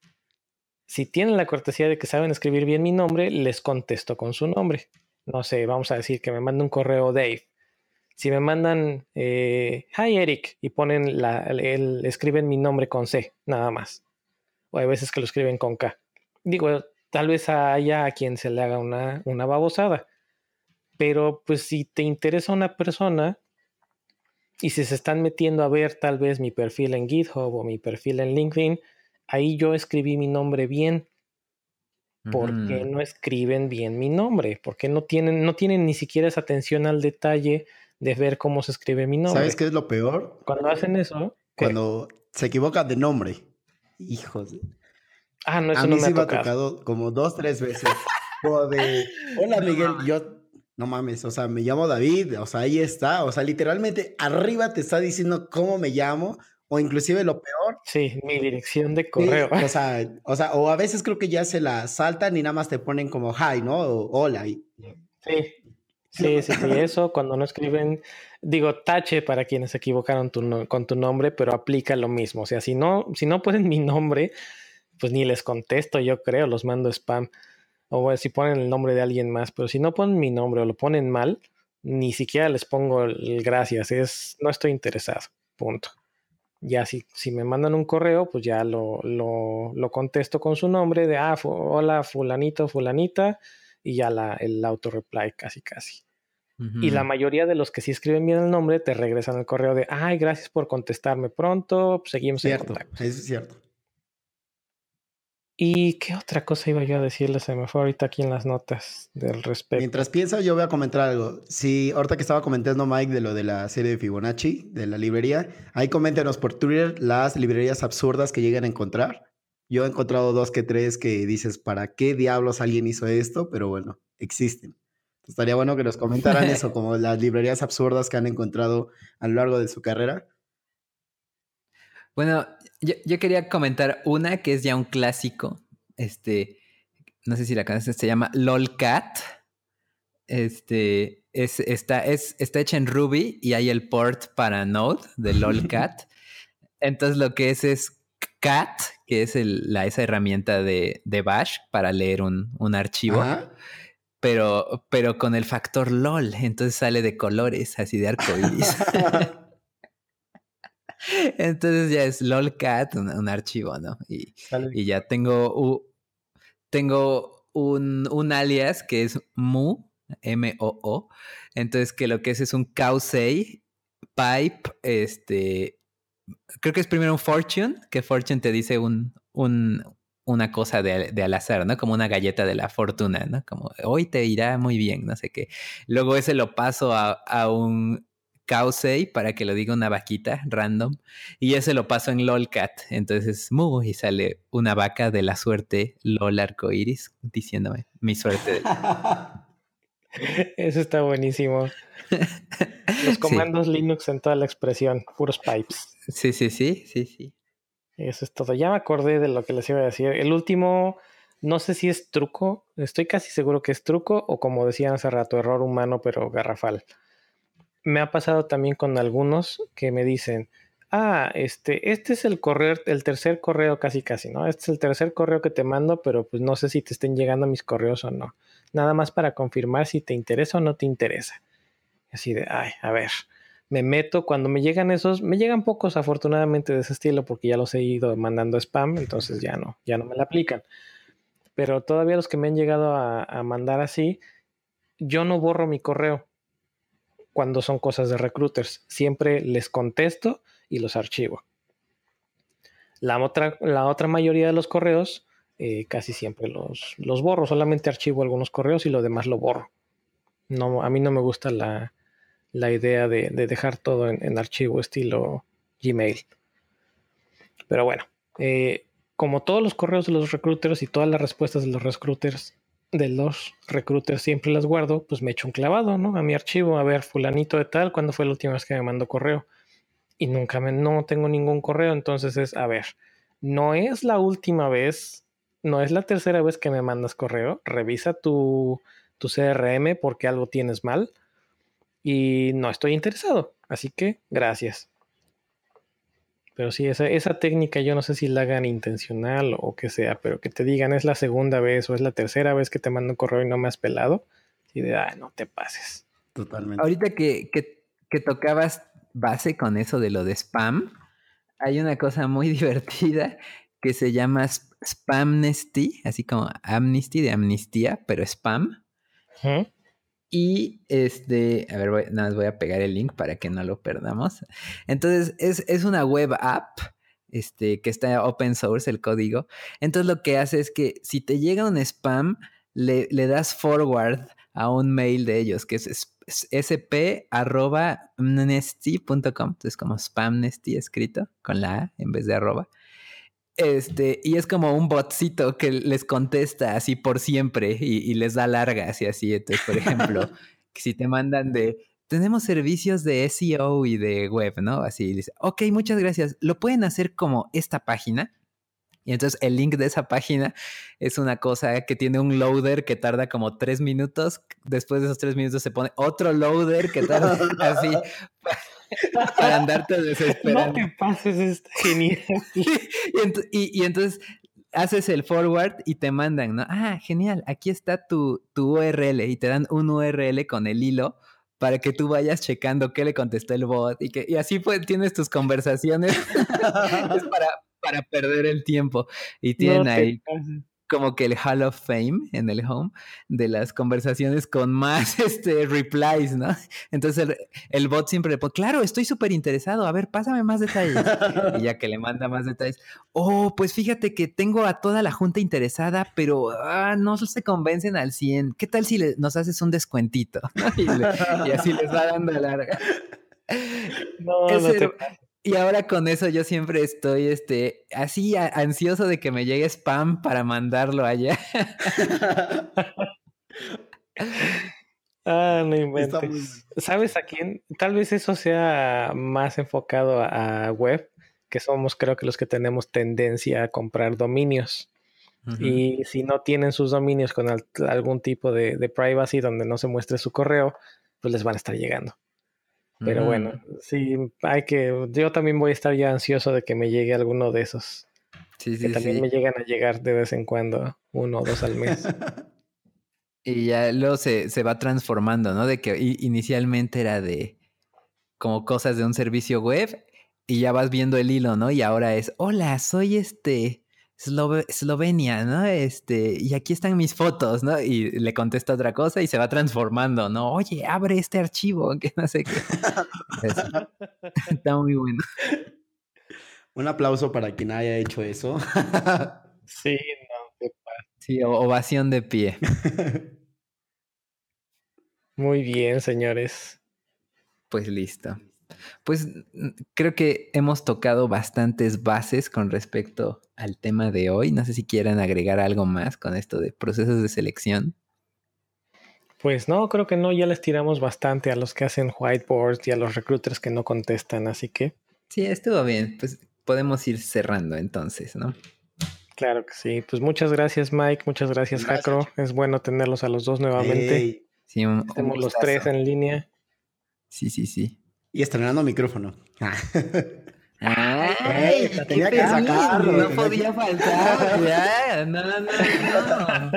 Si tienen la cortesía de que saben escribir bien mi nombre, les contesto con su nombre. No sé, vamos a decir que me mande un correo Dave. Si me mandan eh, Hi Eric y ponen la, el, el- escriben mi nombre con C, nada más. O hay veces que lo escriben con K. Digo, tal vez haya a quien se le haga una, una babosada. Pero pues si te interesa una persona y si se están metiendo a ver tal vez mi perfil en GitHub o mi perfil en LinkedIn, ahí yo escribí mi nombre bien. ¿Por qué Ujú. no escriben bien mi nombre? ¿Por qué no tienen, no tienen ni siquiera esa atención al detalle de ver cómo se escribe mi ¿Sabes nombre? qué es lo peor? Cuando hacen eso, ¿qué? Cuando se equivocan de nombre. Hijos. de- Ah, no, A eso no mí me ha sí me ha tocado. tocado como dos, tres veces. Como de, hola No Miguel, mames. yo, no mames, o sea, me llamo David, o sea, ahí está, o sea, literalmente arriba te está diciendo cómo me llamo, o inclusive lo peor, Sí, mi dirección de correo. sí, o sea, o sea, o a veces creo que ya se la saltan y nada más te ponen como hi, ¿no? O hola. Y, Sí, no. sí, sí, sí. Eso cuando no escriben, digo, tache para quienes se equivocaron tu no- con tu nombre, pero aplica lo mismo. O sea, si no, si no ponen mi nombre, pues ni les contesto, yo creo, los mando spam. O bueno, si ponen el nombre de alguien más, pero si no ponen mi nombre o lo ponen mal, ni siquiera les pongo el gracias, es no estoy interesado, punto. Ya si, si me mandan un correo, pues ya lo, lo, lo contesto con su nombre de, ah, fu- hola, fulanito, fulanita, y ya la, el auto-reply casi, casi. Y la Ujú. mayoría de los que sí escriben bien el nombre te regresan el correo de, ay, gracias por contestarme pronto, seguimos en Cierto, contacto. eso es cierto. ¿Y qué otra cosa iba yo a decirles? Se me fue ahorita aquí en las notas del respecto. Mientras pienso, yo voy a comentar algo. Sí, ahorita que estaba comentando Mike de lo de la serie de Fibonacci, de la librería, ahí coméntenos por Twitter las librerías absurdas que llegan a encontrar. Yo he encontrado dos que tres que dices, ¿para qué diablos alguien hizo esto? Pero bueno, existen. Estaría bueno que nos comentaran eso, como las librerías absurdas que han encontrado a lo largo de su carrera. Bueno, yo, yo quería comentar una que es ya un clásico. Este, no sé si la conoces, se llama LOLCat. Este, es, está, es, está hecha en Ruby y hay el port para Node de LOLCat. Entonces lo que es es cat, que es el, la, esa herramienta de, de Bash para leer un, un archivo, Ajá. pero, pero con el factor LOL. Entonces sale de colores, así de arcoiris. Entonces ya es LOLCat, un, un archivo, ¿no? Y, Sale. y ya tengo, u- tengo un, un alias que es Mu, M O O. Entonces que lo que es es un Causei pipe, este, creo que es primero un fortune, que fortune te dice un, un, una cosa de, de al azar, ¿no? Como una galleta de la fortuna, ¿no? Como hoy te irá muy bien, no sé qué. Luego ese lo paso a, a un Causei para que lo diga una vaquita random. Y ese lo paso en LOLCat. Entonces es mu y sale una vaca de la suerte LOL arcoiris diciéndome mi suerte del día. Eso está buenísimo. Los Sí, comandos Linux en toda la expresión, puros pipes. sí, sí, sí, sí, sí. Eso es todo. Ya me acordé de lo que les iba a decir. El último, no sé si es truco, estoy casi seguro que es truco o como decían hace rato, error humano pero garrafal. Me ha pasado también con algunos que me dicen, ah, este, este es el correo, el tercer correo casi casi, ¿no? Este es el tercer correo que te mando, pero pues no sé si te estén llegando mis correos o no. Nada más para confirmar si te interesa o no te interesa. Así de, ay, a ver, me meto, cuando me llegan esos, me llegan pocos afortunadamente de ese estilo porque ya los he ido mandando spam, entonces ya no, ya no me la aplican. Pero todavía los que me han llegado a, a mandar así, yo no borro mi correo cuando son cosas de recruiters, siempre les contesto y los archivo. La otra, la otra mayoría de los correos, eh, casi siempre los, los borro, solamente archivo algunos correos y lo demás lo borro. No, a mí no me gusta la, la idea de, de dejar todo en, en archivo estilo Gmail. Pero bueno, eh, como todos los correos de los recruiters y todas las respuestas de los recruiters, de los recruiters siempre las guardo, pues me echo un clavado, ¿no? A mi archivo, a ver, fulanito de tal, ¿cuándo fue la última vez que me mandó correo? Y nunca me, no tengo ningún correo, entonces es, a ver, no es la última vez, no es la tercera vez que me mandas correo, revisa tu, tu C R M porque algo tienes mal y no estoy interesado, así que gracias. Pero sí, esa, esa técnica yo no sé si la hagan intencional o que sea, pero que te digan es la segunda vez o es la tercera vez que te mando un correo y no me has pelado, y de, ah, no te pases. Totalmente. Ahorita que, que, que tocabas base con eso de lo de spam, hay una cosa muy divertida que se llama Spamnesty, así como amnesty de amnistía, pero spam. ¿Mm? Y este, a ver, voy, nada más voy a pegar el link para que no lo perdamos. Entonces, es, es una web app este, que está open source el código. Entonces, lo que hace es que si te llega un spam, le, le das forward a un mail de ellos, que es sp arroba amnesty punto com. Entonces, como spamnesty escrito con la A en vez de arroba. Este, y es como un botcito que les contesta así por siempre y, y les da largas y así. Entonces, por ejemplo, si te mandan de, tenemos servicios de S E O y de web, ¿no? Así, dice, ok, muchas gracias. ¿Lo pueden hacer como esta página? Y entonces el link de esa página es una cosa que tiene un loader que tarda como tres minutos. Después de esos tres minutos se pone otro loader que tarda así... para andarte desesperando. No te pases, está genial. y, ent- y, y entonces haces el forward y te mandan, ¿no? Ah, genial, aquí está tu, tu U R L y te dan un U R L con el hilo para que tú vayas checando qué le contestó el bot y, que, y así pues tienes tus conversaciones. Es para, para perder el tiempo. Y tienen No te ahí pases. como que el Hall of Fame en el home de las conversaciones con más este, replies, ¿no? Entonces el, el bot siempre le pone, claro, estoy súper interesado, a ver, pásame más detalles. Y ya que le manda más detalles, oh, pues fíjate que tengo a toda la junta interesada, pero ah, no se convencen al cien. ¿Qué tal si le, nos haces un descuentito? ¿No? Y, le, y así les va dando larga. No, Es no te el, y ahora con eso yo siempre estoy este, así a, ansioso de que me llegue spam para mandarlo allá. Ah, no Está muy inventes. ¿Sabes a quién? Tal vez eso sea más enfocado a, a web, que somos creo que los que tenemos tendencia a comprar dominios. Uh-huh. Y si no tienen sus dominios con al, algún tipo de, de privacy donde no se muestre su correo, pues les van a estar llegando. Pero uh-huh. Bueno, sí, hay que. Yo también voy a estar ya ansioso de que me llegue alguno de esos. Sí, sí, que también sí. me llegan a llegar de vez en cuando, uno o dos al mes. Y ya luego se, se va transformando, ¿no? De que inicialmente era de como cosas de un servicio web y ya vas viendo el hilo, ¿no? Y ahora es, hola, soy este Slove- Eslovenia, ¿no? Este, y aquí están mis fotos, ¿no? Y le contesta otra cosa y se va transformando, ¿no? Oye, abre este archivo, que no sé qué. Eso. Está muy bueno. Un aplauso para quien haya hecho eso. Sí, no te pasa. Sí, ovación de pie. Muy bien, señores. Pues listo. Pues creo que hemos tocado bastantes bases con respecto al tema de hoy. No sé si quieran agregar algo más con esto de procesos de selección. Pues no, creo que no. Ya les tiramos bastante a los que hacen whiteboards y a los recruiters que no contestan, así que... Sí, estuvo bien. Pues podemos ir cerrando entonces, ¿no? Claro que sí. Pues muchas gracias, Mike. Muchas gracias, gracias. Jacro. Es bueno tenerlos a los dos nuevamente. Hey. Sí, un, Estemos un los tres en línea. Sí, sí, sí. Y estrenando micrófono. ¡Ay! Ay, la tenía que sacarlo. No podía faltar. Ya, no, no, no.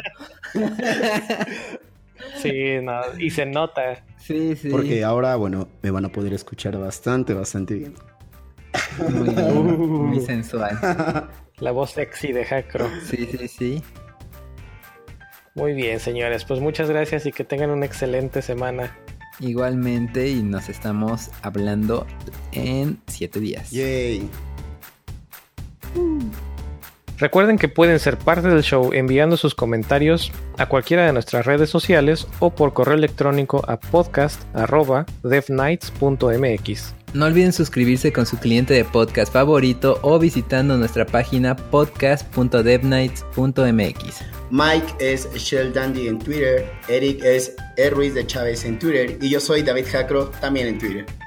Sí, no, y se nota. Sí, sí. Porque ahora, bueno, me van a poder escuchar bastante, bastante bien. Muy bien, uh, muy sensual. La voz sexy de Jacro. Sí, sí, sí. Muy bien, señores. Pues muchas gracias y que tengan una excelente semana. Igualmente, y nos estamos hablando en siete días. Yay. Uh. Recuerden que pueden ser parte del show enviando sus comentarios a cualquiera de nuestras redes sociales o por correo electrónico a podcast arroba devnights punto m x. No olviden suscribirse con su cliente de podcast favorito o visitando nuestra página podcast punto devnights punto m x. Mike es Shell Dandy en Twitter, Eric es E. Ruiz de Chávez en Twitter y yo soy David Jacro también en Twitter.